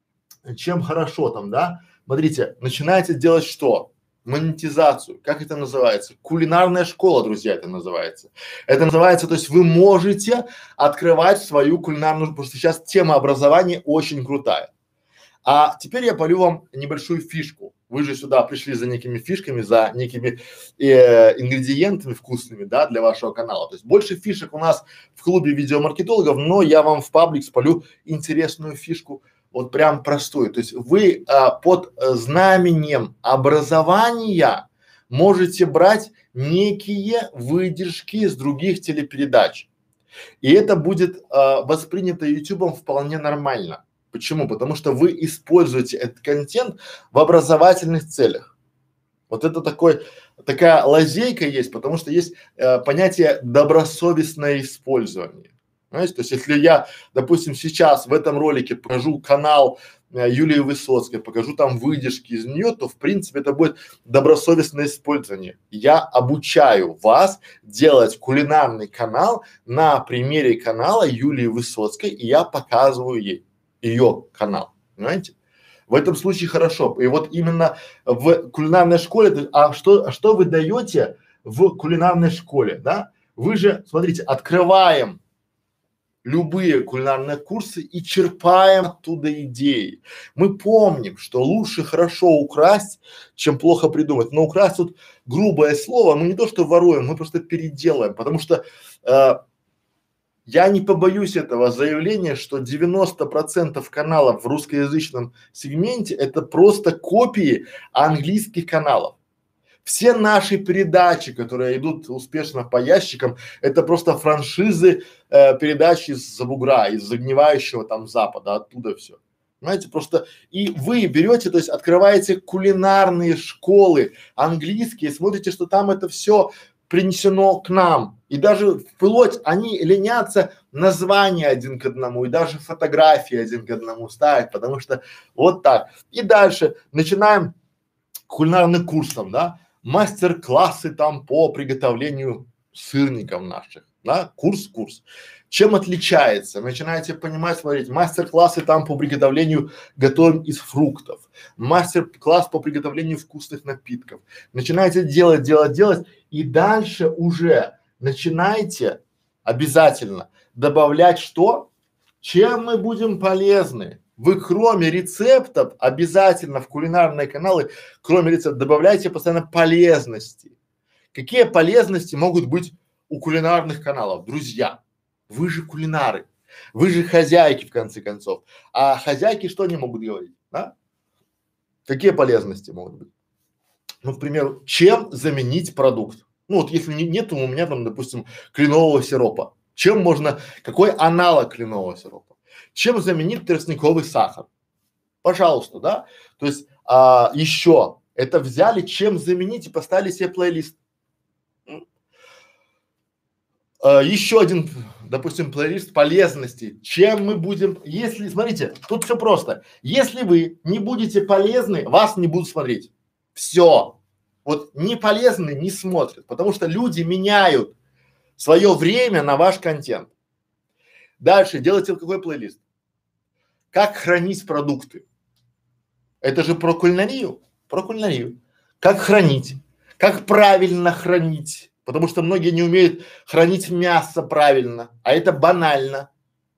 чем хорошо там, да? Смотрите, начинаете делать что? Монетизацию. Как это называется? Кулинарная школа, друзья, это называется. Это называется, то есть вы можете открывать свою кулинарную, потому что сейчас тема образования очень крутая. А теперь я полю вам небольшую фишку. Вы же сюда пришли за некими фишками, за некими ингредиентами вкусными, да, для вашего канала. То есть больше фишек у нас в клубе видеомаркетологов, но я вам в паблик спалю интересную фишку, вот прям простую. То есть вы под знаменем образования можете брать некие выдержки с других телепередач. И это будет воспринято ютубом вполне нормально. Почему? Потому что вы используете этот контент в образовательных целях. Вот это такая лазейка есть, потому что есть понятие добросовестное использование. Знаете, то есть если я, допустим, сейчас в этом ролике покажу канал Юлии Высоцкой, покажу там выдержки из нее, то в принципе это будет добросовестное использование. Я обучаю вас делать кулинарный канал на примере канала Юлии Высоцкой, и я показываю ей ее канал, понимаете? В этом случае хорошо. И вот именно в кулинарной школе, что вы даете в кулинарной школе, да? Вы же, смотрите, открываем любые кулинарные курсы и черпаем оттуда идеи. Мы помним, что лучше хорошо украсть, чем плохо придумать. Но украсть тут грубое слово, мы не то что воруем, мы просто переделаем, потому что я не побоюсь этого заявления, что 90% каналов в русскоязычном сегменте это просто копии английских каналов. Все наши передачи, которые идут успешно по ящикам, это просто франшизы передач из-за бугра, из загнивающего там запада, оттуда все. Знаете, просто и вы берете, то есть открываете кулинарные школы английские, смотрите, что там это все принесено к нам. И даже вплоть они ленятся названия один к одному, и даже фотографии один к одному ставить, потому что вот так. И дальше начинаем кулинарный курс там, да, мастер-классы там по приготовлению сырников наших, да, курс. Чем отличается? Начинаете понимать, смотреть, мастер-классы там по приготовлению готовим из фруктов, мастер-класс по приготовлению вкусных напитков. Начинаете делать, и дальше уже начинайте обязательно добавлять что? Чем мы будем полезны? Вы кроме рецептов обязательно в кулинарные каналы, кроме рецептов, добавляйте постоянно полезности. Какие полезности могут быть у кулинарных каналов? Друзья, вы же кулинары, вы же хозяйки в конце концов. А хозяйки что они могут говорить, да? Какие полезности могут быть? Ну, к примеру, чем заменить продукт? Ну вот если нету у меня там, допустим, кленового сиропа, чем можно, какой аналог кленового сиропа? Чем заменить тростниковый сахар? Пожалуйста, да? То есть еще Это взяли, чем заменить и поставили себе плейлист. Еще один, допустим, плейлист полезности. Чем мы будем, если, смотрите, тут все просто. Если вы не будете полезны, вас не будут смотреть. Все. Вот не полезны не смотрят, потому что люди меняют свое время на ваш контент. Дальше делайте какой плейлист? Как хранить продукты? Это же про кулинарию. Про кулинарию. Как хранить? Как правильно хранить? Потому что многие не умеют хранить мясо правильно, а это банально.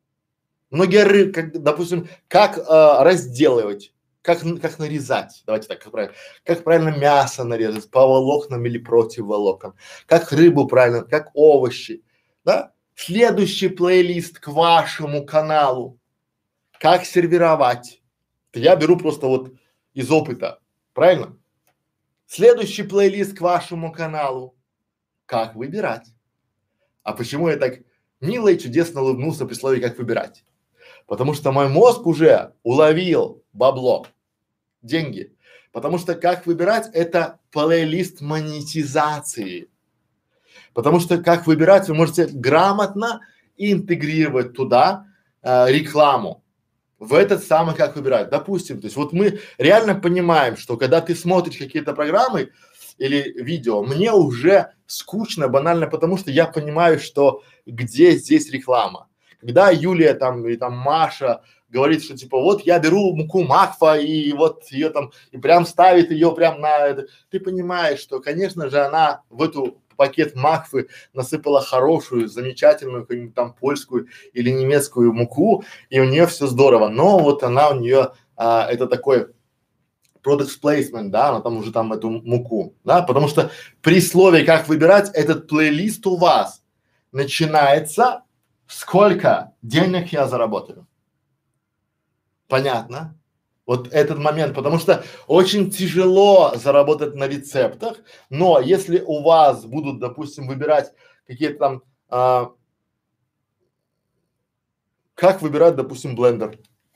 Многие как, допустим, как разделывать, как нарезать, давайте так, как правильно мясо нарезать, по волокнам или против волокон, как рыбу правильно, как овощи, да? Следующий плейлист к вашему каналу, как сервировать. Я беру просто вот из опыта, правильно? Следующий плейлист к вашему каналу, как выбирать. А почему я так мило и чудесно улыбнулся при слове «как выбирать»? Потому что мой мозг уже уловил бабло, деньги. Потому что как выбирать – это плейлист монетизации. Потому что как выбирать, вы можете грамотно интегрировать туда рекламу. В этот самый как выбирать. Допустим, то есть вот мы реально понимаем, что когда ты смотришь какие-то программы или видео, мне уже скучно, банально, потому что я понимаю, что где здесь реклама. Когда Юлия там и там Маша говорит, что типа вот я беру муку Макфа и вот ее там и прям ставит ее прям на это, ты понимаешь, что, конечно же, она в эту пакет Макфы насыпала хорошую, замечательную какую-нибудь там польскую или немецкую муку, и у нее все здорово. Но вот она у нее это такой product placement, да, она там уже там эту муку, да, потому что при слове как выбирать, этот плейлист у вас начинается сколько денег я заработаю. Понятно? Вот этот момент, потому что очень тяжело заработать на рецептах, но если у вас будут, допустим, выбирать какие-то там, как выбирать, допустим, блендер?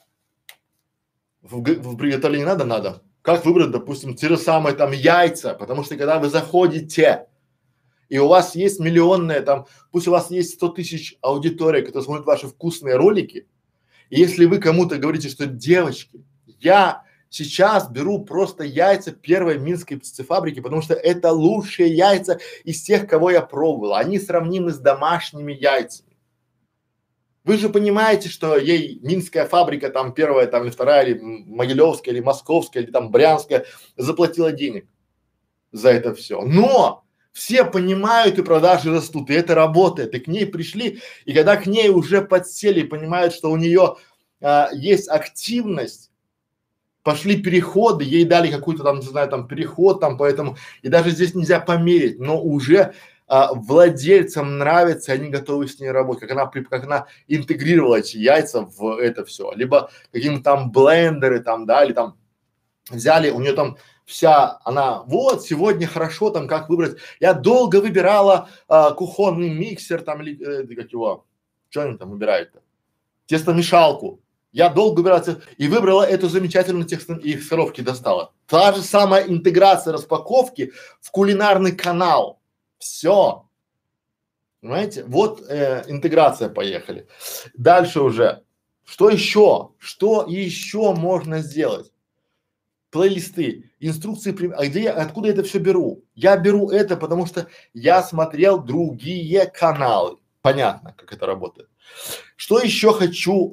В приготовлении надо? Надо. Как выбрать, допустим, те же самые там яйца, потому что когда вы заходите и у вас есть миллионные там, пусть у вас есть 100 тысяч аудитория, которые смотрят ваши вкусные ролики, и если вы кому-то говорите, что девочки, я сейчас беру просто яйца первой минской птицефабрики, потому что это лучшие яйца из тех, кого я пробовал, они сравнимы с домашними яйцами. Вы же понимаете, что ей минская фабрика там первая, там или вторая, или Могилевская, или Московская, или там Брянская заплатила денег за это все. Но все понимают и продажи растут, и это работает, и к ней пришли, и когда к ней уже подсели, понимают, что у нее есть активность, пошли переходы, ей дали какой-то там, не знаю, там переход там, поэтому, и даже здесь нельзя померить, но уже владельцам нравится, они готовы с ней работать, как она интегрировала эти яйца в это все, либо какие-то там блендеры там, да, или там взяли, у нее там вся, она, вот, сегодня хорошо там, как выбрать, я долго выбирала кухонный миксер там, или как его, что они там выбирают-то, тестомешалку. Я долго выбирала и выбрала эту замечательную и их с коробки достала. Та же самая интеграция распаковки в кулинарный канал. Все. Понимаете? Вот интеграция, поехали. Дальше уже. Что еще? Что еще можно сделать? Плейлисты, инструкции, а где откуда я это все беру? Я беру это, потому что я смотрел другие каналы. Понятно, как это работает. Что еще хочу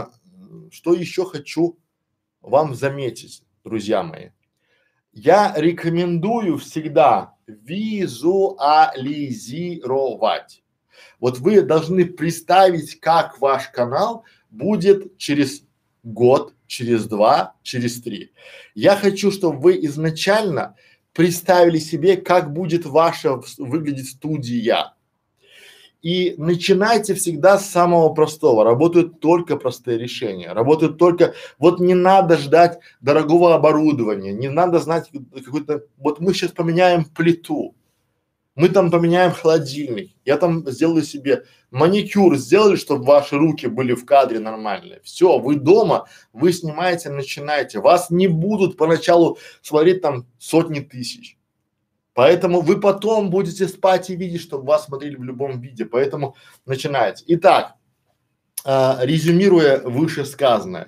вам заметить, друзья мои. Я рекомендую всегда визуализировать. Вот вы должны представить, как ваш канал будет через год, через 2, через 3. Я хочу, чтобы вы изначально представили себе, как будет ваша выглядеть студия. И начинайте всегда с самого простого. Работают только простые решения. Работают только, вот не надо ждать дорогого оборудования, не надо знать какой-то, вот мы сейчас поменяем плиту, мы там поменяем холодильник, я там сделаю себе маникюр сделали, чтобы ваши руки были в кадре нормальные. Все, вы дома, вы снимаете, начинаете. Вас не будут поначалу смотреть там сотни тысяч. Поэтому вы потом будете спать и видеть, чтобы вас смотрели в любом виде. Поэтому начинайте. Итак, резюмируя вышесказанное,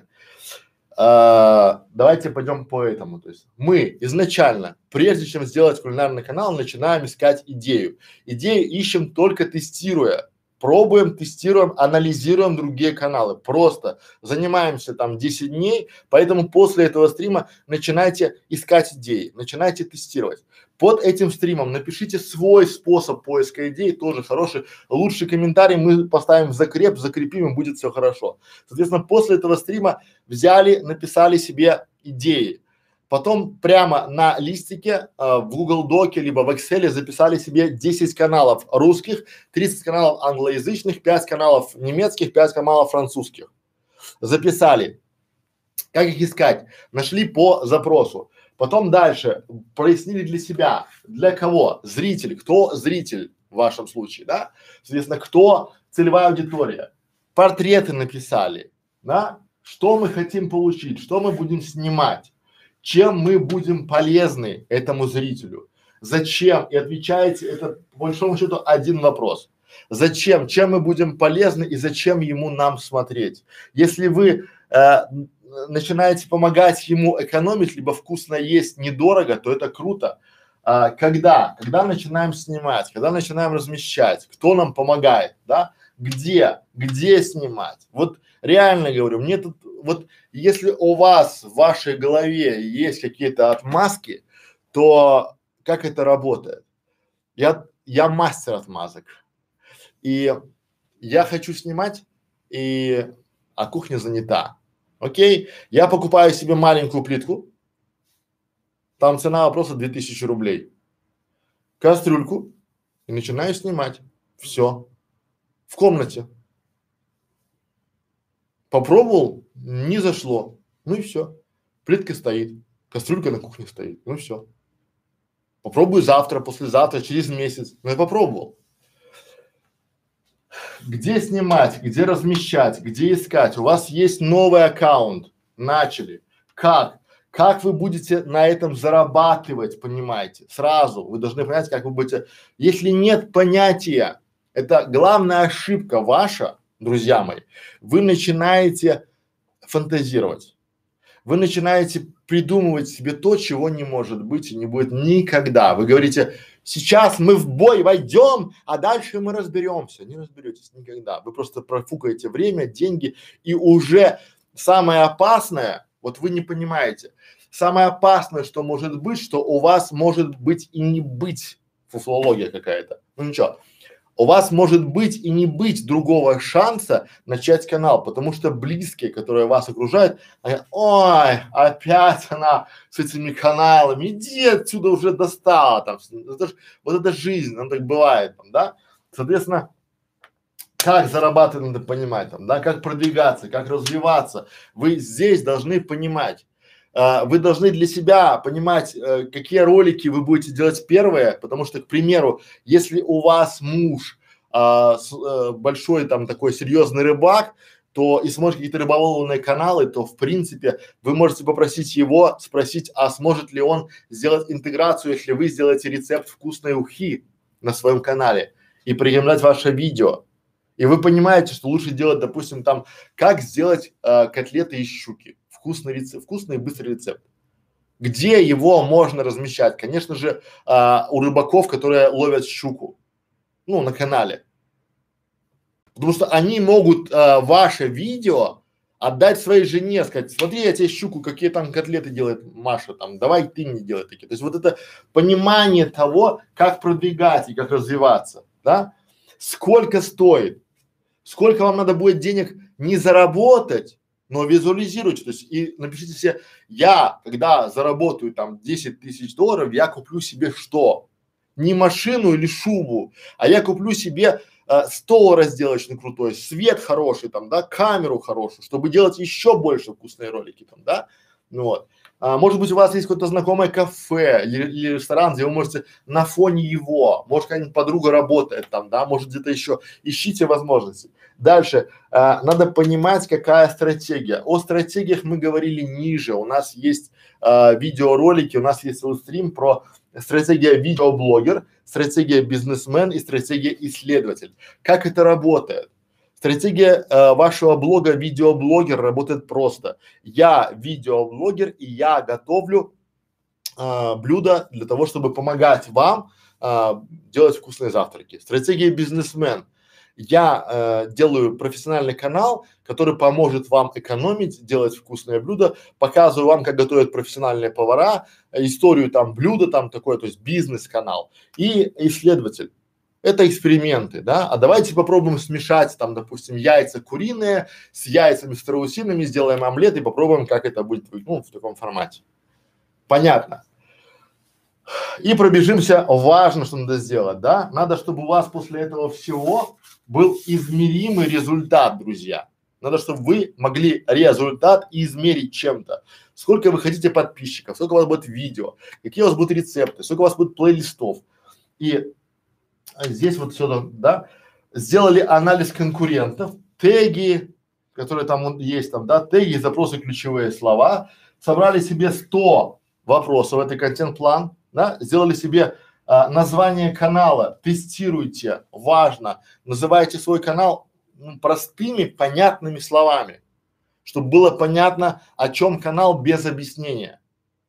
давайте пойдем по этому. То есть мы изначально, прежде чем сделать кулинарный канал, начинаем искать идею. Идею ищем только тестируя. Пробуем, тестируем, анализируем другие каналы. Просто занимаемся там 10 дней, поэтому после этого стрима начинайте искать идеи, начинайте тестировать. Под этим стримом напишите свой способ поиска идей, тоже хороший. Лучший комментарий мы поставим в закрепим, и будет все хорошо. Соответственно, после этого стрима взяли, написали себе идеи. Потом прямо на листике в Google Доке либо в Excel записали себе 10 каналов русских, 30 каналов англоязычных, 5 каналов немецких, 5 каналов французских. Записали. Как их искать? Нашли по запросу. Потом дальше прояснили для себя, для кого? Зритель. Кто зритель в вашем случае, да? Соответственно, кто целевая аудитория? Портреты написали, да? Что мы хотим получить, что мы будем снимать? Чем мы будем полезны этому зрителю? Зачем? И отвечаете, это по большому счету один вопрос. Зачем? Чем мы будем полезны и зачем ему нам смотреть? Если вы начинаете помогать ему экономить, либо вкусно есть недорого, то это круто. Когда начинаем снимать, когда начинаем размещать, кто нам помогает, да? Где снимать? Вот реально говорю, мне тут вот если у вас в вашей голове есть какие-то отмазки, то как это работает? Я мастер отмазок. И я хочу снимать, а кухня занята. Окей? Я покупаю себе маленькую плитку, там цена вопроса 2000 рублей, кастрюльку и начинаю снимать. Все. В комнате. Попробовал, не зашло. Ну и все. Плитка стоит, кастрюлька на кухне стоит. Ну и все. Попробую завтра, послезавтра, через месяц. Ну я попробовал. Где снимать, где размещать, где искать? У вас есть новый аккаунт. Начали. Как? Как вы будете на этом зарабатывать, понимаете? Сразу вы должны понять, как вы будете. Если нет понятия, это главная ошибка ваша, друзья мои, вы начинаете фантазировать. Вы начинаете придумывать себе то, чего не может быть и не будет никогда. Вы говорите, сейчас мы в бой войдем, а дальше мы разберемся. Не разберетесь никогда. Вы просто профукаете время, деньги и уже самое опасное, вот вы не понимаете, самое опасное, что может быть, что у вас может быть и не быть, фуфлология какая-то. Ну ничего. У вас может быть и не быть другого шанса начать канал, потому что близкие, которые вас окружают, они, ой, опять она с этими каналами, иди отсюда, уже достала там, вот это жизнь, она так бывает там, да? Соответственно, как зарабатывать, надо понимать там, да, как продвигаться, как развиваться, вы здесь должны понимать. Вы должны для себя понимать, какие ролики вы будете делать первые, потому что, к примеру, если у вас муж большой там такой серьезный рыбак, то и смотрит какие-то рыболовные каналы, то в принципе вы можете попросить его, спросить, а сможет ли он сделать интеграцию, если вы сделаете рецепт вкусной ухи на своем канале и прикрепить ваше видео. И вы понимаете, что лучше делать, допустим, там, как сделать котлеты из щуки. Вкусный рецепт, вкусный и быстрый рецепт. Где его можно размещать? Конечно же, у рыбаков, которые ловят щуку, ну, на канале. Потому что они могут ваше видео отдать своей жене, сказать, смотри, я тебе щуку, какие там котлеты делает Маша, там, давай ты мне делай такие. То есть вот это понимание того, как продвигать и как развиваться, да? Сколько стоит, сколько вам надо будет денег не заработать, но визуализируйте, то есть и напишите себе, я, когда заработаю там 10 тысяч долларов, я куплю себе что? Не машину или шубу, а я куплю себе стол разделочный крутой, свет хороший там, да, камеру хорошую, чтобы делать еще больше вкусные ролики там, да, ну вот. Может быть, у вас есть какое-то знакомое кафе или ресторан, где вы можете на фоне его, может, какая-нибудь подруга работает там, да, может, где-то еще. Ищите возможности. Дальше, надо понимать, какая стратегия. О стратегиях мы говорили ниже. У нас есть видеоролики, у нас есть целый стрим про стратегия видеоблогер, стратегия бизнесмен и стратегия исследователь. Как это работает? Стратегия вашего блога видеоблогер работает просто. Я видеоблогер и я готовлю блюда для того, чтобы помогать вам делать вкусные завтраки. Стратегия бизнесмен. Я делаю профессиональный канал, который поможет вам экономить, делать вкусные блюда, показываю вам, как готовят профессиональные повара, историю там блюда там такое, то есть бизнес-канал. И исследователь. Это эксперименты, да, а давайте попробуем смешать там, допустим, яйца куриные с яйцами страусиными, сделаем омлет и попробуем, как это будет, ну, в таком формате. Понятно. И пробежимся, важно, что надо сделать, да, надо, чтобы у вас после этого всего был измеримый результат, друзья. Надо, чтобы вы могли результат измерить чем-то. Сколько вы хотите подписчиков, сколько у вас будет видео, какие у вас будут рецепты, сколько у вас будет плейлистов. И здесь вот все, да, сделали анализ конкурентов, теги, которые там есть, там, да, теги, запросы, ключевые слова, собрали себе 100 вопросов, это контент-план, да, сделали себе название канала, тестируйте, важно, называйте свой канал простыми, понятными словами, чтобы было понятно, о чем канал без объяснения.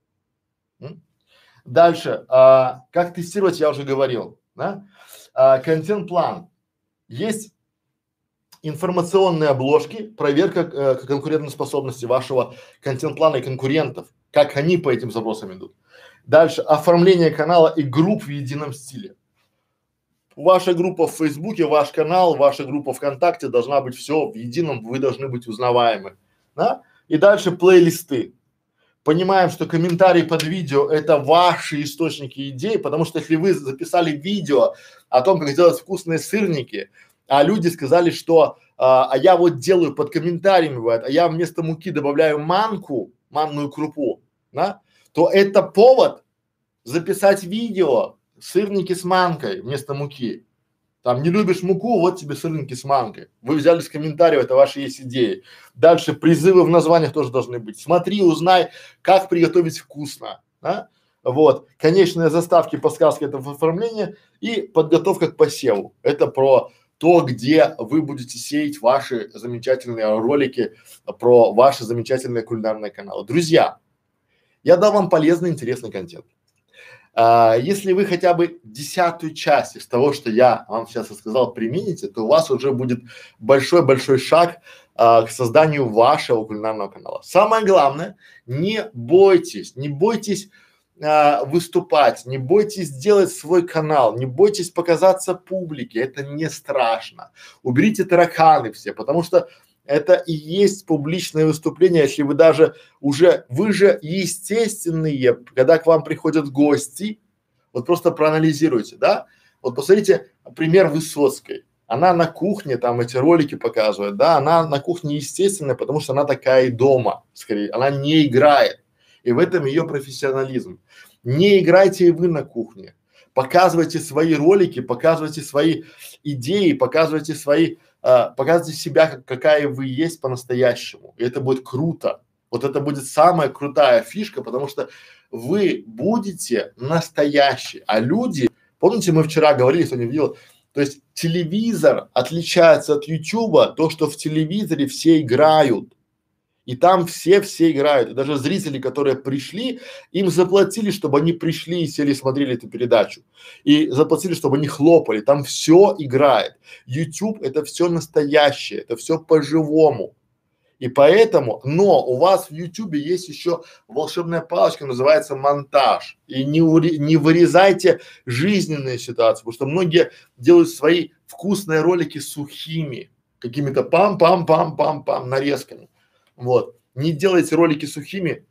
Дальше, как тестировать, я уже говорил, да. Контент-план. Есть информационные обложки, проверка конкурентоспособности вашего контент-плана и конкурентов, как они по этим запросам идут. Дальше, оформление канала и групп в едином стиле. Ваша группа в Фейсбуке, ваш канал, ваша группа ВКонтакте должна быть все в едином, вы должны быть узнаваемы, да? И дальше плейлисты. Понимаем, что комментарии под видео это ваши источники идей, потому что если вы записали видео о том, как сделать вкусные сырники, а люди сказали, что а я вот делаю под комментариями бывает, а я вместо муки добавляю манку, манную крупу, да, то это повод записать видео сырники с манкой вместо муки. Там не любишь муку, вот тебе сырники с манкой. Вы взяли с комментариев, это ваши есть идеи. Дальше призывы в названиях тоже должны быть. Смотри, узнай, как приготовить вкусно, да? Вот. Конечные заставки, подсказки это в оформлении и подготовка к посеву. Это про то, где вы будете сеять ваши замечательные ролики, про ваши замечательные кулинарные каналы. Друзья, я дал вам полезный, интересный контент. Если вы хотя бы 10-ую часть из того, что я вам сейчас рассказал, примените, то у вас уже будет большой-большой шаг к созданию вашего кулинарного канала. Самое главное, не бойтесь выступать, не бойтесь делать свой канал, не бойтесь показаться публике, это не страшно. Уберите тараканы все, потому что это и есть публичное выступление, если вы даже уже, вы же естественные, когда к вам приходят гости, вот просто проанализируйте, да, вот посмотрите пример Высоцкой, она на кухне там эти ролики показывает, да, она на кухне естественная, потому что она такая и дома, скорее, она не играет, и в этом ее профессионализм. Не играйте и вы на кухне, показывайте свои ролики, показывайте свои идеи, показывайте свои показывайте себя, какая вы есть по-настоящему. И это будет круто. Вот это будет самая крутая фишка, потому что вы будете настоящие. А люди, помните, мы вчера говорили, кто не видел, то есть телевизор отличается от Ютуба, то, что в телевизоре все играют. И там все играют. И даже зрители, которые пришли, им заплатили, чтобы они пришли и сели, смотрели эту передачу. И заплатили, чтобы они хлопали. Там все играет. YouTube это все настоящее, это все по-живому. И поэтому, но у вас в YouTube есть еще волшебная палочка, называется монтаж. И не вырезайте жизненные ситуации, потому что многие делают свои вкусные ролики сухими, какими-то пам-пам-пам-пам-пам нарезками. Вот. Не делайте ролики сухими,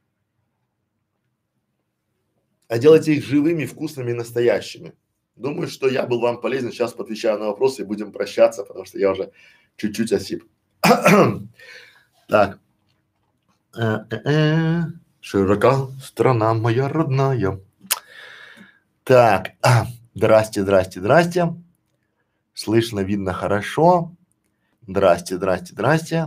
а делайте их живыми, вкусными, настоящими. Думаю, что я был вам полезен. Сейчас поотвечаю на вопросы и будем прощаться, потому что я уже чуть-чуть осип. Так. Широка страна моя родная. Так, здрасте, здрасте, здрасте. Слышно, видно хорошо. Здрасте, здрасте, здрасте.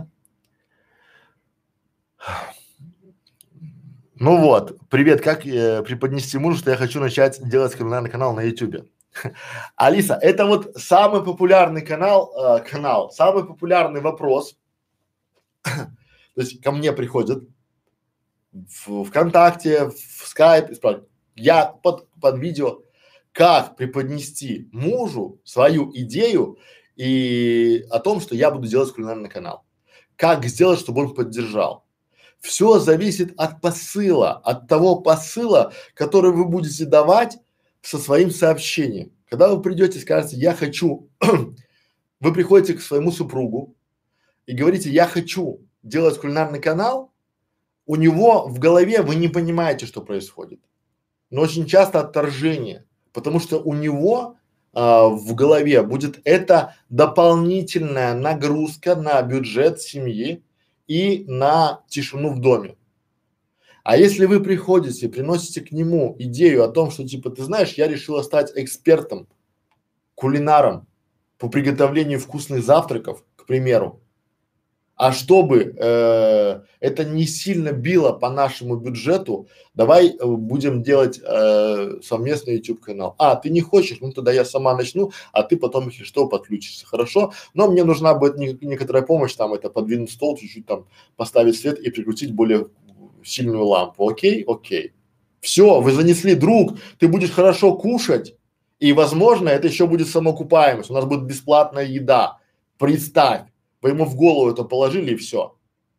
Ну вот, привет, как преподнести мужу, что я хочу начать делать кулинарный канал на ютубе? Алиса, это вот самый популярный канал, самый популярный вопрос. То есть ко мне приходят в ВКонтакте, в Скайп и спрашивают, я под видео, как преподнести мужу свою идею и о том, что я буду делать кулинарный канал. Как сделать, чтобы он поддержал. Все зависит от посыла, от того посыла, который вы будете давать со своим сообщением. Когда вы придете и скажете, я хочу, вы приходите к своему супругу и говорите, я хочу делать кулинарный канал, у него в голове вы не понимаете, что происходит. Но очень часто отторжение, потому что у него в голове будет это дополнительная нагрузка на бюджет семьи и на тишину в доме. А если вы приходите, приносите к нему идею о том, что типа, ты знаешь, я решила стать экспертом, кулинаром по приготовлению вкусных завтраков, к примеру, а чтобы это не сильно било по нашему бюджету, давай будем делать совместный YouTube канал. А, ты не хочешь, ну тогда я сама начну, а ты потом, если что, подключишься, хорошо? Но мне нужна будет некоторая помощь, там это подвинуть стол, чуть-чуть там поставить свет и прикрутить более сильную лампу. Окей? Окей. Все, вы занесли, друг, ты будешь хорошо кушать, и возможно это еще будет самоокупаемость, у нас будет бесплатная еда. Представь. Вы ему в голову это положили и все.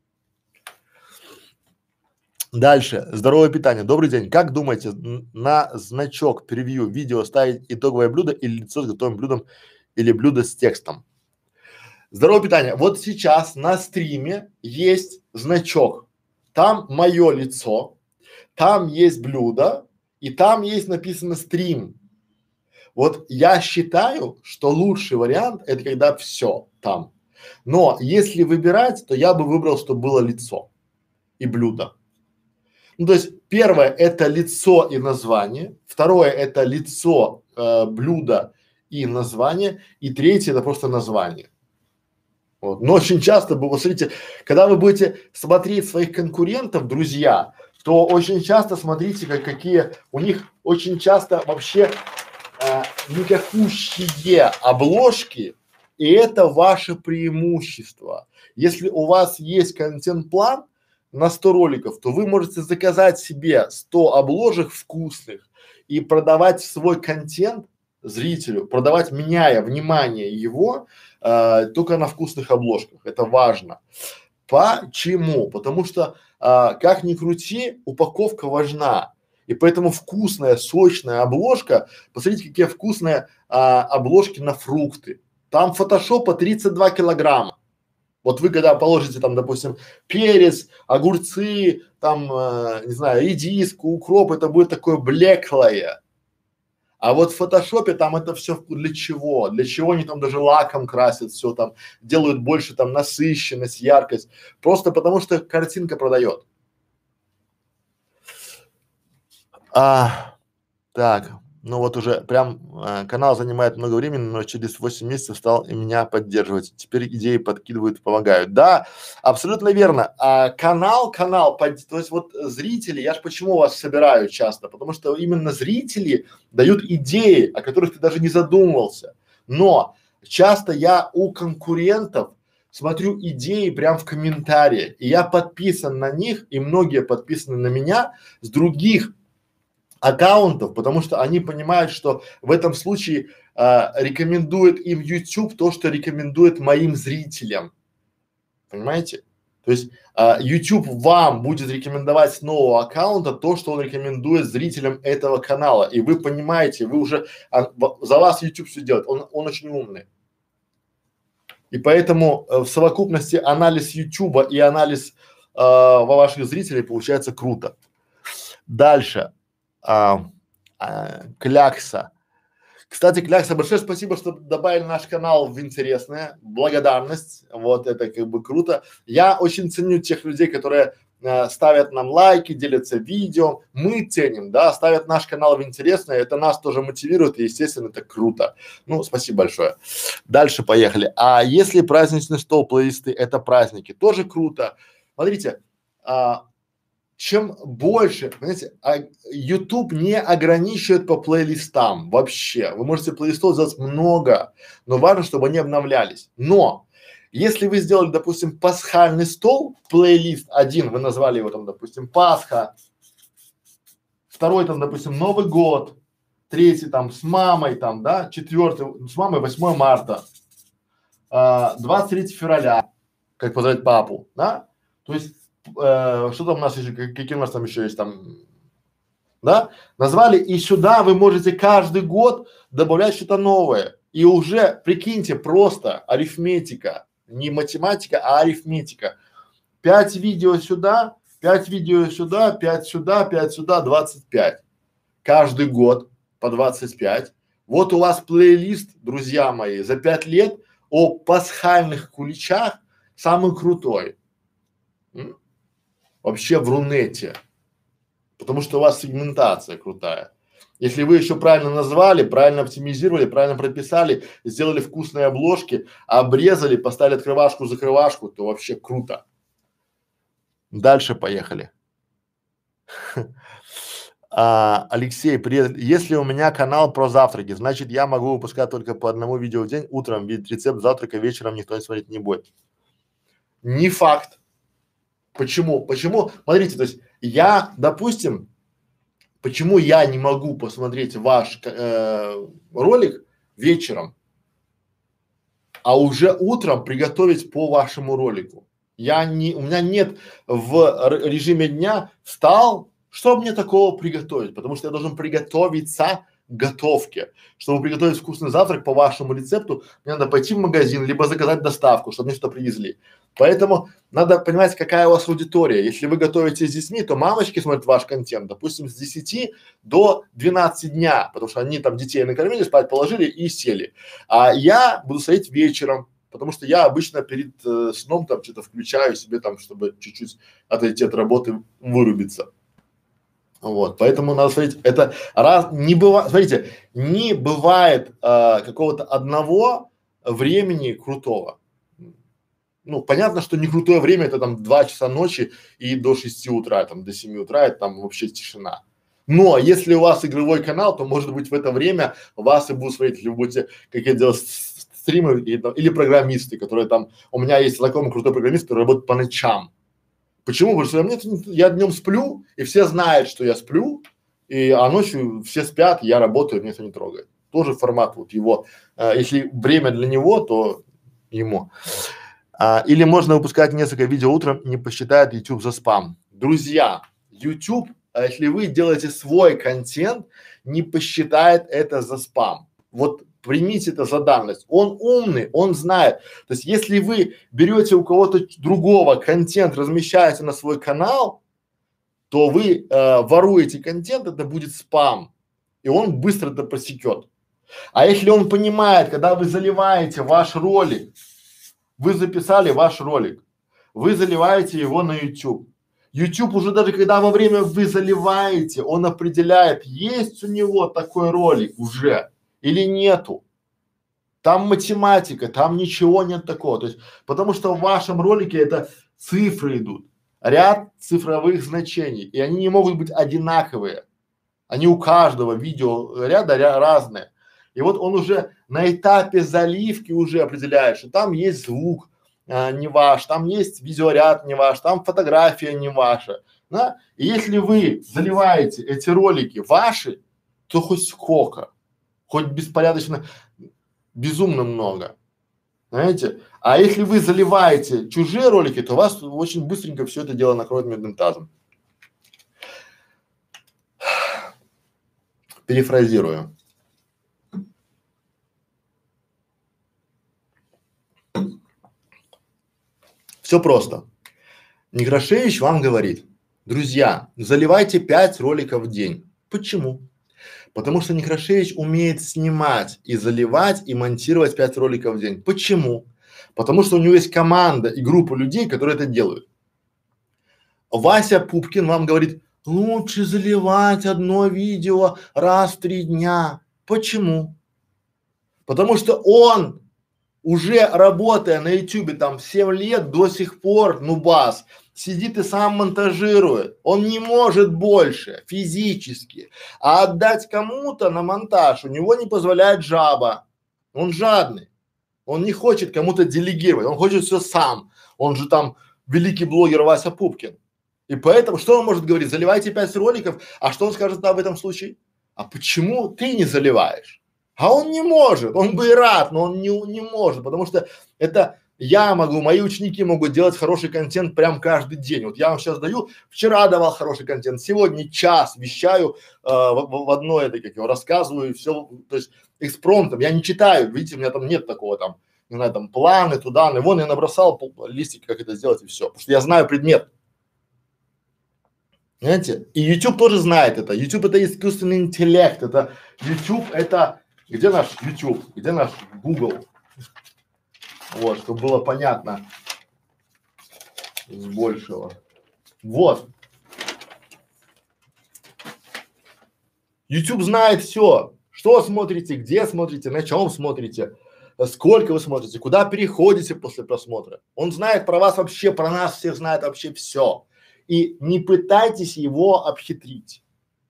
Дальше. Здоровое питание. Добрый день. Как думаете, на значок превью видео ставить итоговое блюдо или лицо с готовым блюдом или блюдо с текстом? Здоровое питание. Вот сейчас на стриме есть значок. Там мое лицо, там есть блюдо и там есть написано стрим. Вот я считаю, что лучший вариант это когда все там. Но если выбирать, то я бы выбрал, чтобы было лицо и блюдо. Ну, то есть первое это лицо и название, второе это лицо блюда и название, и третье это просто название. Вот. Но очень часто, вот смотрите, когда вы будете смотреть своих конкурентов, друзья, то очень часто смотрите, какие у них очень часто вообще никакущие обложки. И это ваше преимущество. Если у вас есть контент-план на 100 роликов, то вы можете заказать себе 100 обложек вкусных и продавать свой контент зрителю, продавать, меняя внимание его только на вкусных обложках. Это важно. Почему? Потому что как ни крути, упаковка важна. И поэтому вкусная, сочная обложка, посмотрите, какие вкусные обложки на фрукты. Там фотошопа 32 килограмма. Вот вы когда положите там, допустим, перец, огурцы, там, не знаю, редиску, укроп, это будет такое блеклое. А вот в фотошопе там это все для чего? Для чего они там даже лаком красят все там, делают больше там насыщенность, яркость. Просто потому что картинка продает. Так, ну вот уже прям канал занимает много времени, но через 8 месяцев стал и меня поддерживать. Теперь идеи подкидывают, помогают. Да, абсолютно верно. То есть вот зрители, я ж почему вас собираю часто, потому что именно зрители дают идеи, о которых ты даже не задумывался. Но часто я у конкурентов смотрю идеи прям в комментариях, и я подписан на них, и многие подписаны на меня с других аккаунтов, потому что они понимают, что в этом случае рекомендует им YouTube то, что рекомендует моим зрителям. Понимаете? То есть YouTube вам будет рекомендовать с нового аккаунта то, что он рекомендует зрителям этого канала. И вы понимаете, вы уже за вас YouTube все делает. Он очень умный. И поэтому в совокупности анализ YouTube и анализ ваших зрителей получается круто. Дальше. Клякса. Кстати, Клякса, большое спасибо, что добавили наш канал в интересное. Благодарность. Вот это как бы круто. Я очень ценю тех людей, которые ставят нам лайки, делятся видео, мы ценим, да, ставят наш канал в интересное, это нас тоже мотивирует, и, естественно, это круто. Ну, спасибо большое. Дальше поехали. А если праздничный стол, плейлисты, это праздники, тоже круто. Смотрите, чем больше, понимаете, YouTube не ограничивает по плейлистам вообще. Вы можете плейлистов сделать много, но важно, чтобы они обновлялись. Но если вы сделали, допустим, пасхальный стол, плейлист один, вы назвали его там, допустим, Пасха, второй там, допустим, Новый год, третий там с мамой там, да, четвертый с мамой 8 марта, 23 февраля, как поздравить папу, да, то есть что там у нас еще, какие у нас там еще есть там, да, назвали, и сюда вы можете каждый год добавлять что-то новое. И уже, прикиньте, просто арифметика, не математика, а арифметика. 5 видео сюда, 5 видео сюда, 5 сюда, 5 сюда, 25. Каждый год по 25. Вот у вас плейлист, друзья мои, за 5 лет о пасхальных куличах самый крутой. Вообще в Рунете, потому что у вас сегментация крутая. Если вы еще правильно назвали, правильно оптимизировали, правильно прописали, сделали вкусные обложки, обрезали, поставили открывашку-закрывашку, то вообще круто. Дальше поехали. Алексей, привет. Если у меня канал про завтраки, значит я могу выпускать только по одному видео в день, утром, ведь рецепт завтрака, вечером никто не смотреть не будет. Не факт. Почему? Почему? Смотрите, то есть я, допустим, почему я не могу посмотреть ваш ролик вечером, а уже утром приготовить по вашему ролику? Я не, у меня нет в режиме дня встал, что мне такого приготовить? Потому что я должен приготовиться к готовке. Чтобы приготовить вкусный завтрак по вашему рецепту, мне надо пойти в магазин, либо заказать доставку, чтобы мне что-то привезли. Поэтому надо понимать, какая у вас аудитория. Если вы готовите с детьми, то мамочки смотрят ваш контент, допустим, с 10 до 12 дня, потому что они там детей накормили, спать положили и сели. А я буду смотреть вечером, потому что я обычно перед сном там что-то включаю себе там, чтобы чуть-чуть отойти от работы, вырубиться. Вот, поэтому надо смотреть, это раз, не бывает, смотрите, не бывает какого-то одного времени крутого. Ну, понятно, что не крутое время это там 2 часа ночи и до 6 утра, там до 7 утра, это там вообще тишина. Но если у вас игровой канал, то может быть в это время вас и будут смотреть, если вы будете какие-то делать стримы или программисты, которые там, у меня есть знакомый крутой программист, который работает по ночам. Почему? Потому что я днем сплю, и все знают, что я сплю, а ночью все спят, я работаю, меня никто не трогает. Тоже формат вот его, если время для него, то ему. Или можно выпускать несколько видео утром, не посчитает YouTube за спам. Друзья, YouTube, если вы делаете свой контент, не посчитает это за спам. Вот примите это за данность. Он умный, он знает. То есть, если вы берете у кого-то другого контент, размещаете на свой канал, то вы воруете контент, это будет спам. И он быстро это просекет. А если он понимает, когда вы заливаете ваш ролик, вы записали ваш ролик, вы заливаете его на YouTube. YouTube уже даже когда во время вы заливаете, он определяет, есть у него такой ролик уже или нету. Там математика, там ничего нет такого. То есть, потому что в вашем ролике это цифры идут, ряд цифровых значений, и они не могут быть одинаковые. Они у каждого видео ряда разные. И вот он уже на этапе заливки уже определяет, что там есть звук не ваш, там есть видеоряд не ваш, там фотография не ваша, да? И если вы заливаете эти ролики ваши, то хоть сколько, хоть беспорядочно, безумно много, знаете? А если вы заливаете чужие ролики, то вас очень быстренько все это дело накроет медным тазом. Перефразирую. Все просто. Некрашевич вам говорит: друзья, заливайте 5 роликов в день. Почему? Потому что Некрашевич умеет снимать и заливать и монтировать 5 роликов в день. Почему? Потому что у него есть команда и группа людей, которые это делают. Вася Пупкин вам говорит, лучше заливать одно видео раз в 3 дня. Почему? Потому что он уже работая на ютубе там 7 лет до сих пор, нубас, сидит и сам монтажирует. Он не может больше физически. А отдать кому-то на монтаж у него не позволяет жаба. Он жадный. Он не хочет кому-то делегировать, он хочет все сам. Он же там великий блогер Вася Пупкин. И поэтому, что он может говорить? Заливайте 5 роликов, а что он скажет об этом случае? А почему ты не заливаешь? А он не может, он бы и рад, но он не может, потому что это я могу, мои ученики могут делать хороший контент прям каждый день. Вот я вам сейчас даю, вчера давал хороший контент, сегодня час вещаю в одно это, как его, рассказываю, все, то есть экспромтом, я не читаю, видите, у меня там нет такого там, не знаю, там планы туда, вон я набросал листик, как это сделать и все, потому что я знаю предмет. Понимаете? И YouTube тоже знает это. YouTube это искусственный интеллект, это YouTube это… Где наш YouTube? Где наш Google? Вот, чтобы было понятно с большего. Вот. YouTube знает все. Что смотрите, где смотрите, на чем смотрите, сколько вы смотрите, куда переходите после просмотра. Он знает про вас вообще, про нас всех знает вообще все. И не пытайтесь его обхитрить.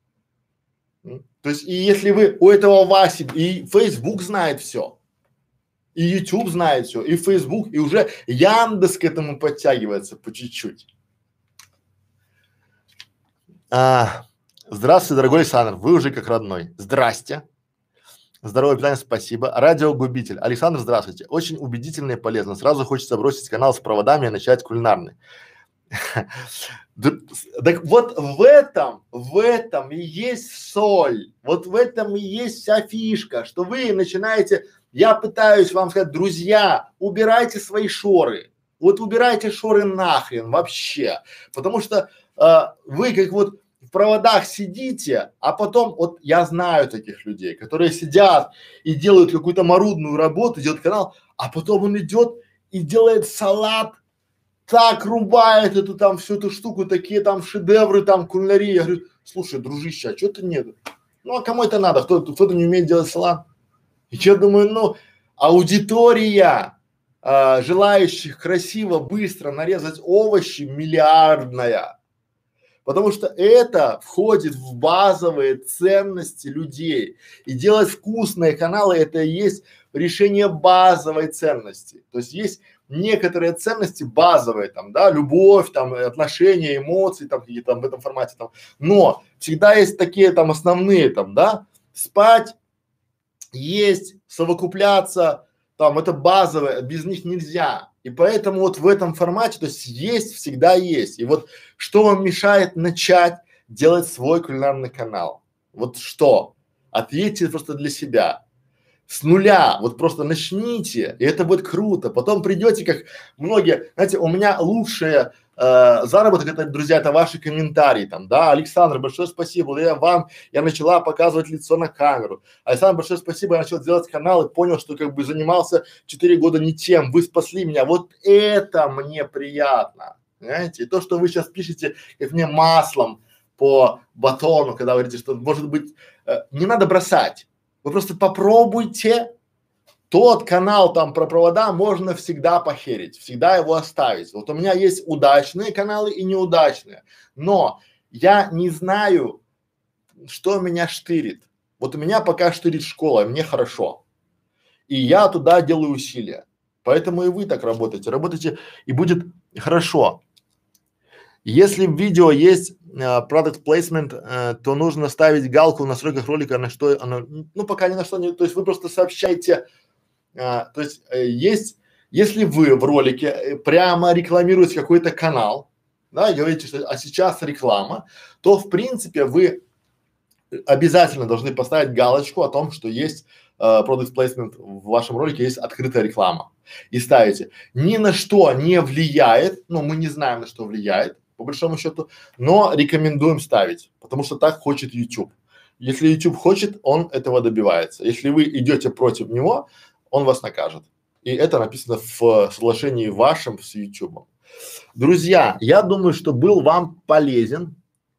То есть, и если вы у этого Васи, и Facebook знает все, и YouTube знает все, и Facebook, и уже Яндекс к этому подтягивается по чуть-чуть. Здравствуйте, дорогой Александр, вы уже как родной. Здрасте. Здоровое питание, спасибо. Радиогубитель. Александр, здравствуйте. Очень убедительно и полезно. Сразу хочется бросить канал с проводами и начать кулинарный. Так вот в этом и есть соль, вот в этом и есть вся фишка, что вы начинаете, я пытаюсь вам сказать, друзья, убирайте свои шоры, вот убирайте шоры нахрен вообще, потому что вы как вот в проводах сидите, а потом, вот я знаю таких людей, которые сидят и делают какую-то марудную работу, делают канал, а потом он идет и делает салат, так рубает эту там всю эту штуку, такие там шедевры, там кулинарии. Я говорю, слушай, дружище, а что ты нет? Ну а кому это надо? Кто-то не умеет делать салат? И я думаю, ну, аудитория желающих красиво, быстро нарезать овощи миллиардная. Потому что это входит в базовые ценности людей. И делать вкусные каналы – это и есть решение базовой ценности. То есть есть некоторые ценности базовые, там, да, любовь, там, отношения, эмоции, там, какие-то там в этом формате, там. Но всегда есть такие там основные, там, да, спать, есть, совокупляться, там, это базовое, без них нельзя. И поэтому вот в этом формате, то есть всегда есть. И вот что вам мешает начать делать свой кулинарный канал? Вот что? Ответьте просто для себя. С нуля, вот просто начните, и это будет круто. Потом придете, как многие, знаете, у меня лучшее заработок, это, друзья, это ваши комментарии там, да, Александр, большое спасибо, благодаря вам я начала показывать лицо на камеру. Александр, большое спасибо, я начал делать канал и понял, что как бы занимался 4 года не тем, вы спасли меня, вот это мне приятно, понимаете, и то, что вы сейчас пишете, как мне маслом по батону, когда вы говорите, что может быть, не надо бросать. Вы просто попробуйте, тот канал там про провода можно всегда похерить, всегда его оставить. Вот у меня есть удачные каналы и неудачные, но я не знаю, что меня штырит. Вот у меня пока штырит школа, мне хорошо. И я туда делаю усилия. Поэтому и вы так работаете и будет хорошо. Если в видео есть product placement, то нужно ставить галку в настройках ролика, на что оно, ну пока ни на что не, то есть вы просто сообщаете, то есть есть, если вы в ролике прямо рекламируете какой-то канал, да, и говорите, что а сейчас реклама, то в принципе вы обязательно должны поставить галочку о том, что есть product placement в вашем ролике, есть открытая реклама. И ставите. Ни на что не влияет, ну мы не знаем, на что влияет, по большому счету, но рекомендуем ставить, потому что так хочет YouTube. Если YouTube хочет, он этого добивается. Если вы идете против него, он вас накажет. И это написано в соглашении вашем с YouTube. Друзья, я думаю, что был вам полезен.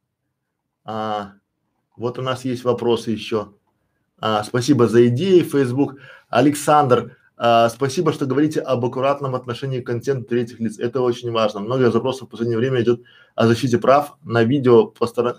Вот у нас есть вопросы еще. Спасибо за идеи, Facebook. Александр, спасибо, что говорите об аккуратном отношении к контенту третьих лиц. Это очень важно. Много запросов в последнее время идет о защите прав на видео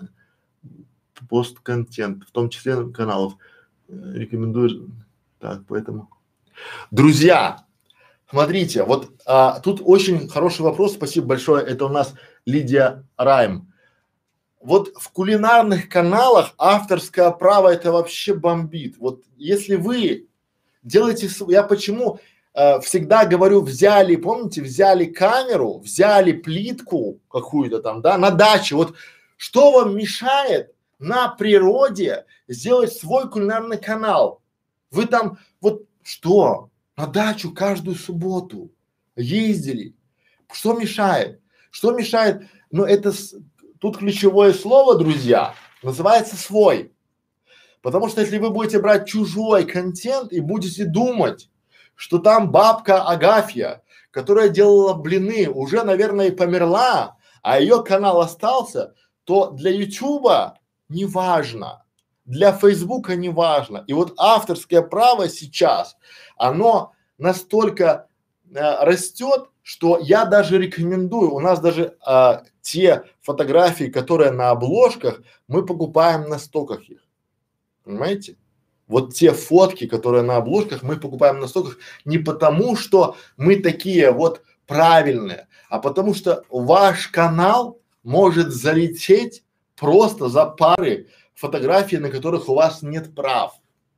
постконтент, в том числе каналов. Рекомендую. Так, поэтому. Друзья, смотрите, вот тут очень хороший вопрос. Спасибо большое. Это у нас Лидия Райм. Вот в кулинарных каналах авторское право это вообще бомбит. Вот если вы делаете, я почему всегда говорю, взяли, помните, взяли камеру, взяли плитку какую-то там, да, на даче. Вот что вам мешает на природе сделать свой кулинарный канал? Вы там вот что? На дачу каждую субботу ездили. Что мешает? Что мешает? Ну это тут ключевое слово, друзья, называется свой. Потому что если вы будете брать чужой контент и будете думать, что там бабка Агафья, которая делала блины, уже, наверное, и померла, а ее канал остался, то для Ютуба не важно, для Фейсбука не важно. И вот авторское право сейчас, оно настолько растет, что я даже рекомендую, у нас даже те фотографии, которые на обложках, мы покупаем на стоках их, понимаете? Вот те фотки, которые на обложках, мы покупаем на стоках не потому, что мы такие вот правильные, а потому что ваш канал может залететь просто за пары фотографий, на которых у вас нет прав.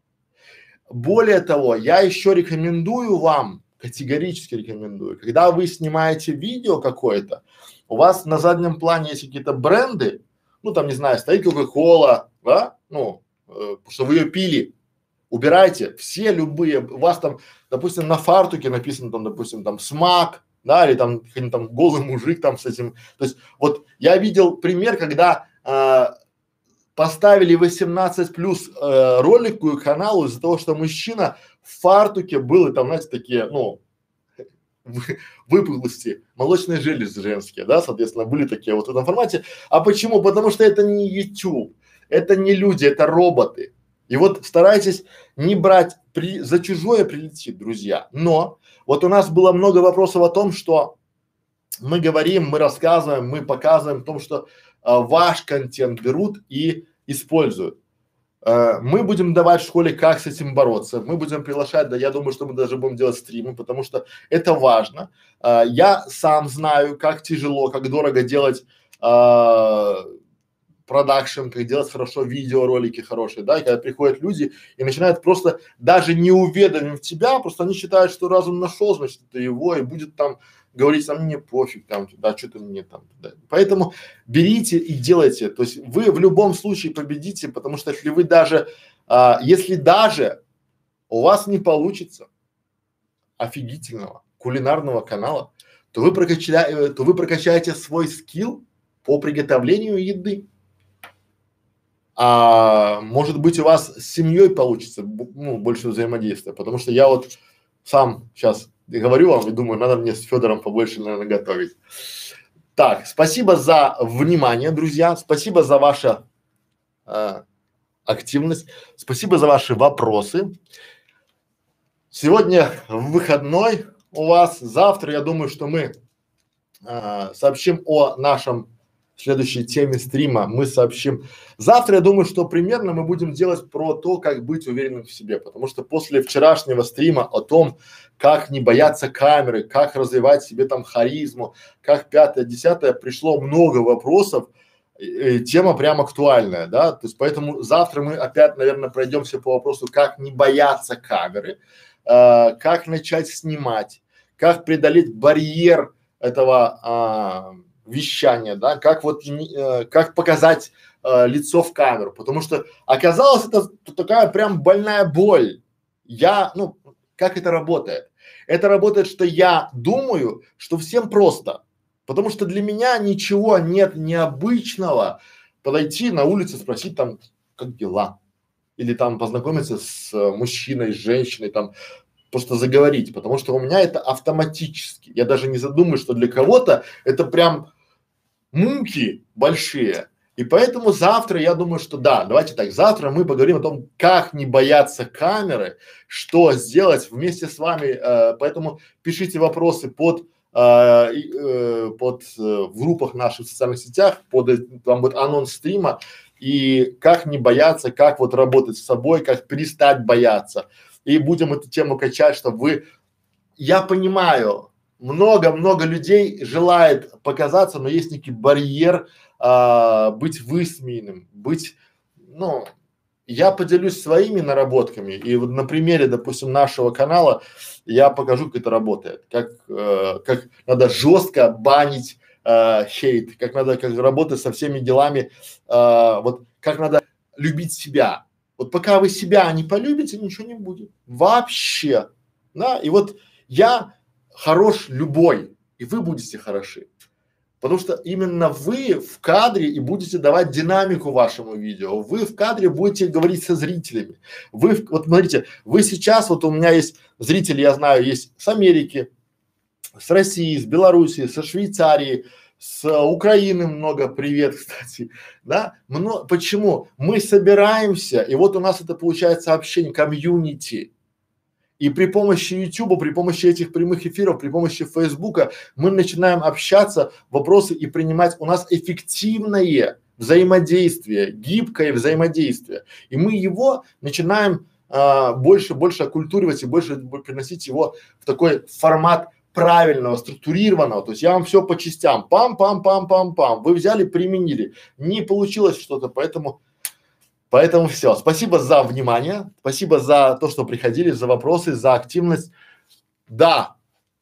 Более того, я еще рекомендую вам, категорически рекомендую, когда вы снимаете видео какое-то, у вас на заднем плане есть какие-то бренды, ну там, не знаю, стоит Кока-Кола, да, ну, что вы ее пили, убирайте все любые, у вас там, допустим, на фартуке написано там, допустим, там смак, да, или там, там голый мужик там с этим, то есть вот я видел пример, когда поставили 18 плюс ролик к каналу из-за того, что мужчина в фартуке был, и там, знаете, такие, ну, выпуклости, молочные железы женские, да, соответственно, были такие вот в этом формате. А почему? Потому что это не YouTube, это не люди, это роботы. И вот старайтесь не брать за чужое прилетит, друзья. Но вот у нас было много вопросов о том, что мы говорим, мы рассказываем, мы показываем о том, что ваш контент берут и используют. Мы будем давать в школе, как с этим бороться. Мы будем приглашать, да, я думаю, что мы даже будем делать стримы, потому что это важно. Я сам знаю, как тяжело, как дорого делать продакшн, как делать хорошо видеоролики хорошие, да, и когда приходят люди и начинают просто, даже не уведомив тебя, просто они считают, что раз он нашел, значит, это его, и будет там говорить, а мне пофиг, там, да, что-то мне там, да. Поэтому берите и делайте, то есть вы в любом случае победите, потому что если вы даже, если даже у вас не получится офигительного кулинарного канала, то вы прокачаете свой скилл по приготовлению еды. Может быть, у вас с семьей получится, ну, больше взаимодействия, потому что я вот сам сейчас говорю вам и думаю, надо мне с Федором побольше, наверное, готовить. Так, спасибо за внимание, друзья, спасибо за вашу активность, спасибо за ваши вопросы. Сегодня выходной у вас, завтра, я думаю, что мы сообщим о нашем следующей теме стрима, мы сообщим. Завтра, я думаю, что примерно мы будем делать про то, как быть уверенным в себе, потому что после вчерашнего стрима о том, как не бояться камеры, как развивать себе там харизму, как пятое, десятое, пришло много вопросов, тема прям актуальная, да, то есть поэтому завтра мы опять, наверное, пройдемся по вопросу, как не бояться камеры, как начать снимать, как преодолеть барьер этого вещания, да, как вот, как показать лицо в камеру, потому что оказалось это такая прям больная боль. Ну, как это работает? Это работает, что я думаю, что всем просто, потому что для меня ничего нет необычного подойти на улице, спросить там, как дела, или там познакомиться с мужчиной, с женщиной, там, просто заговорить, потому что у меня это автоматически. Я даже не задумываюсь, что для кого-то это прям муки большие. И поэтому завтра я думаю, что да, давайте так, завтра мы поговорим о том, как не бояться камеры, что сделать вместе с вами. Поэтому пишите вопросы в группах наших в социальных сетях, там будет анонс стрима, и как не бояться, как вот работать с собой, как перестать бояться. И будем эту тему качать, чтобы вы, я понимаю, много людей желает показаться, но есть некий барьер быть высмеянным, быть, ну, я поделюсь своими наработками, и вот на примере, допустим, нашего канала я покажу, как это работает, как надо жестко банить хейт, как надо, как работать со всеми делами, вот как надо любить себя. Вот пока вы себя не полюбите, ничего не будет. Вообще. Да, и вот я хорош любой, и вы будете хороши. Потому что именно вы в кадре и будете давать динамику вашему видео. Вы в кадре будете говорить со зрителями. Вот смотрите, вы сейчас, вот у меня есть зрители, я знаю, есть с Америки, с России, с Белоруссии, со Швейцарии, с Украины много, привет, кстати, да, почему? Мы собираемся, и вот у нас это получается общение, комьюнити. И при помощи Ютуба, при помощи этих прямых эфиров, при помощи Фейсбука мы начинаем общаться, вопросы и принимать. У нас эффективное взаимодействие, гибкое взаимодействие. И мы его начинаем больше оккультуривать и больше приносить его в такой формат правильного, структурированного. То есть я вам все по частям, пам-пам-пам-пам-пам. Вы взяли, применили. Не получилось что-то, Поэтому все. Спасибо за внимание, спасибо за то, что приходили, за вопросы, за активность. Да,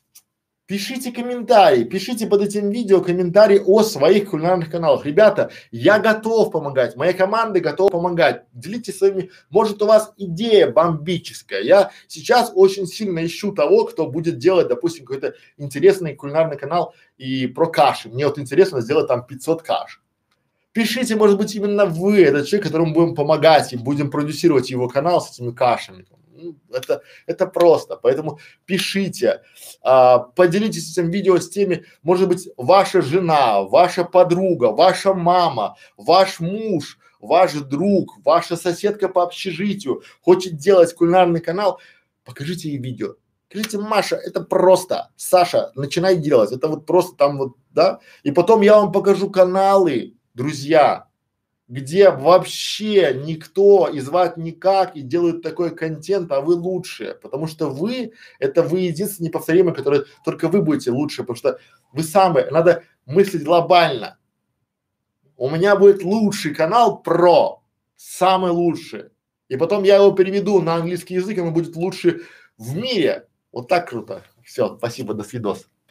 пишите комментарии, пишите под этим видео комментарии о своих кулинарных каналах. Ребята, я готов помогать, моя команда готова помогать. Делитесь своими, может у вас идея бомбическая. Я сейчас очень сильно ищу того, кто будет делать, допустим, какой-то интересный кулинарный канал и про каши. Мне вот интересно сделать там 500 каш. Пишите, может быть, именно вы, этот человек, которому будем помогать и будем продюсировать его канал с этими кашами. Ну, это просто, поэтому пишите, поделитесь этим видео с теми, может быть, ваша жена, ваша подруга, ваша мама, ваш муж, ваш друг, ваша соседка по общежитию хочет делать кулинарный канал, покажите ей видео. Скажите, Маша, это просто, Саша, начинай делать, это вот просто там вот, да, и потом я вам покажу каналы, друзья, где вообще никто и звать никак и делают такой контент, а вы лучшие, потому что вы, это вы единственный неповторимый, который только вы будете лучше, потому что вы самые, надо мыслить глобально. У меня будет лучший канал про, самый лучший, и потом я его переведу на английский язык, и он будет лучший в мире. Вот так круто. Все, спасибо, до свидос.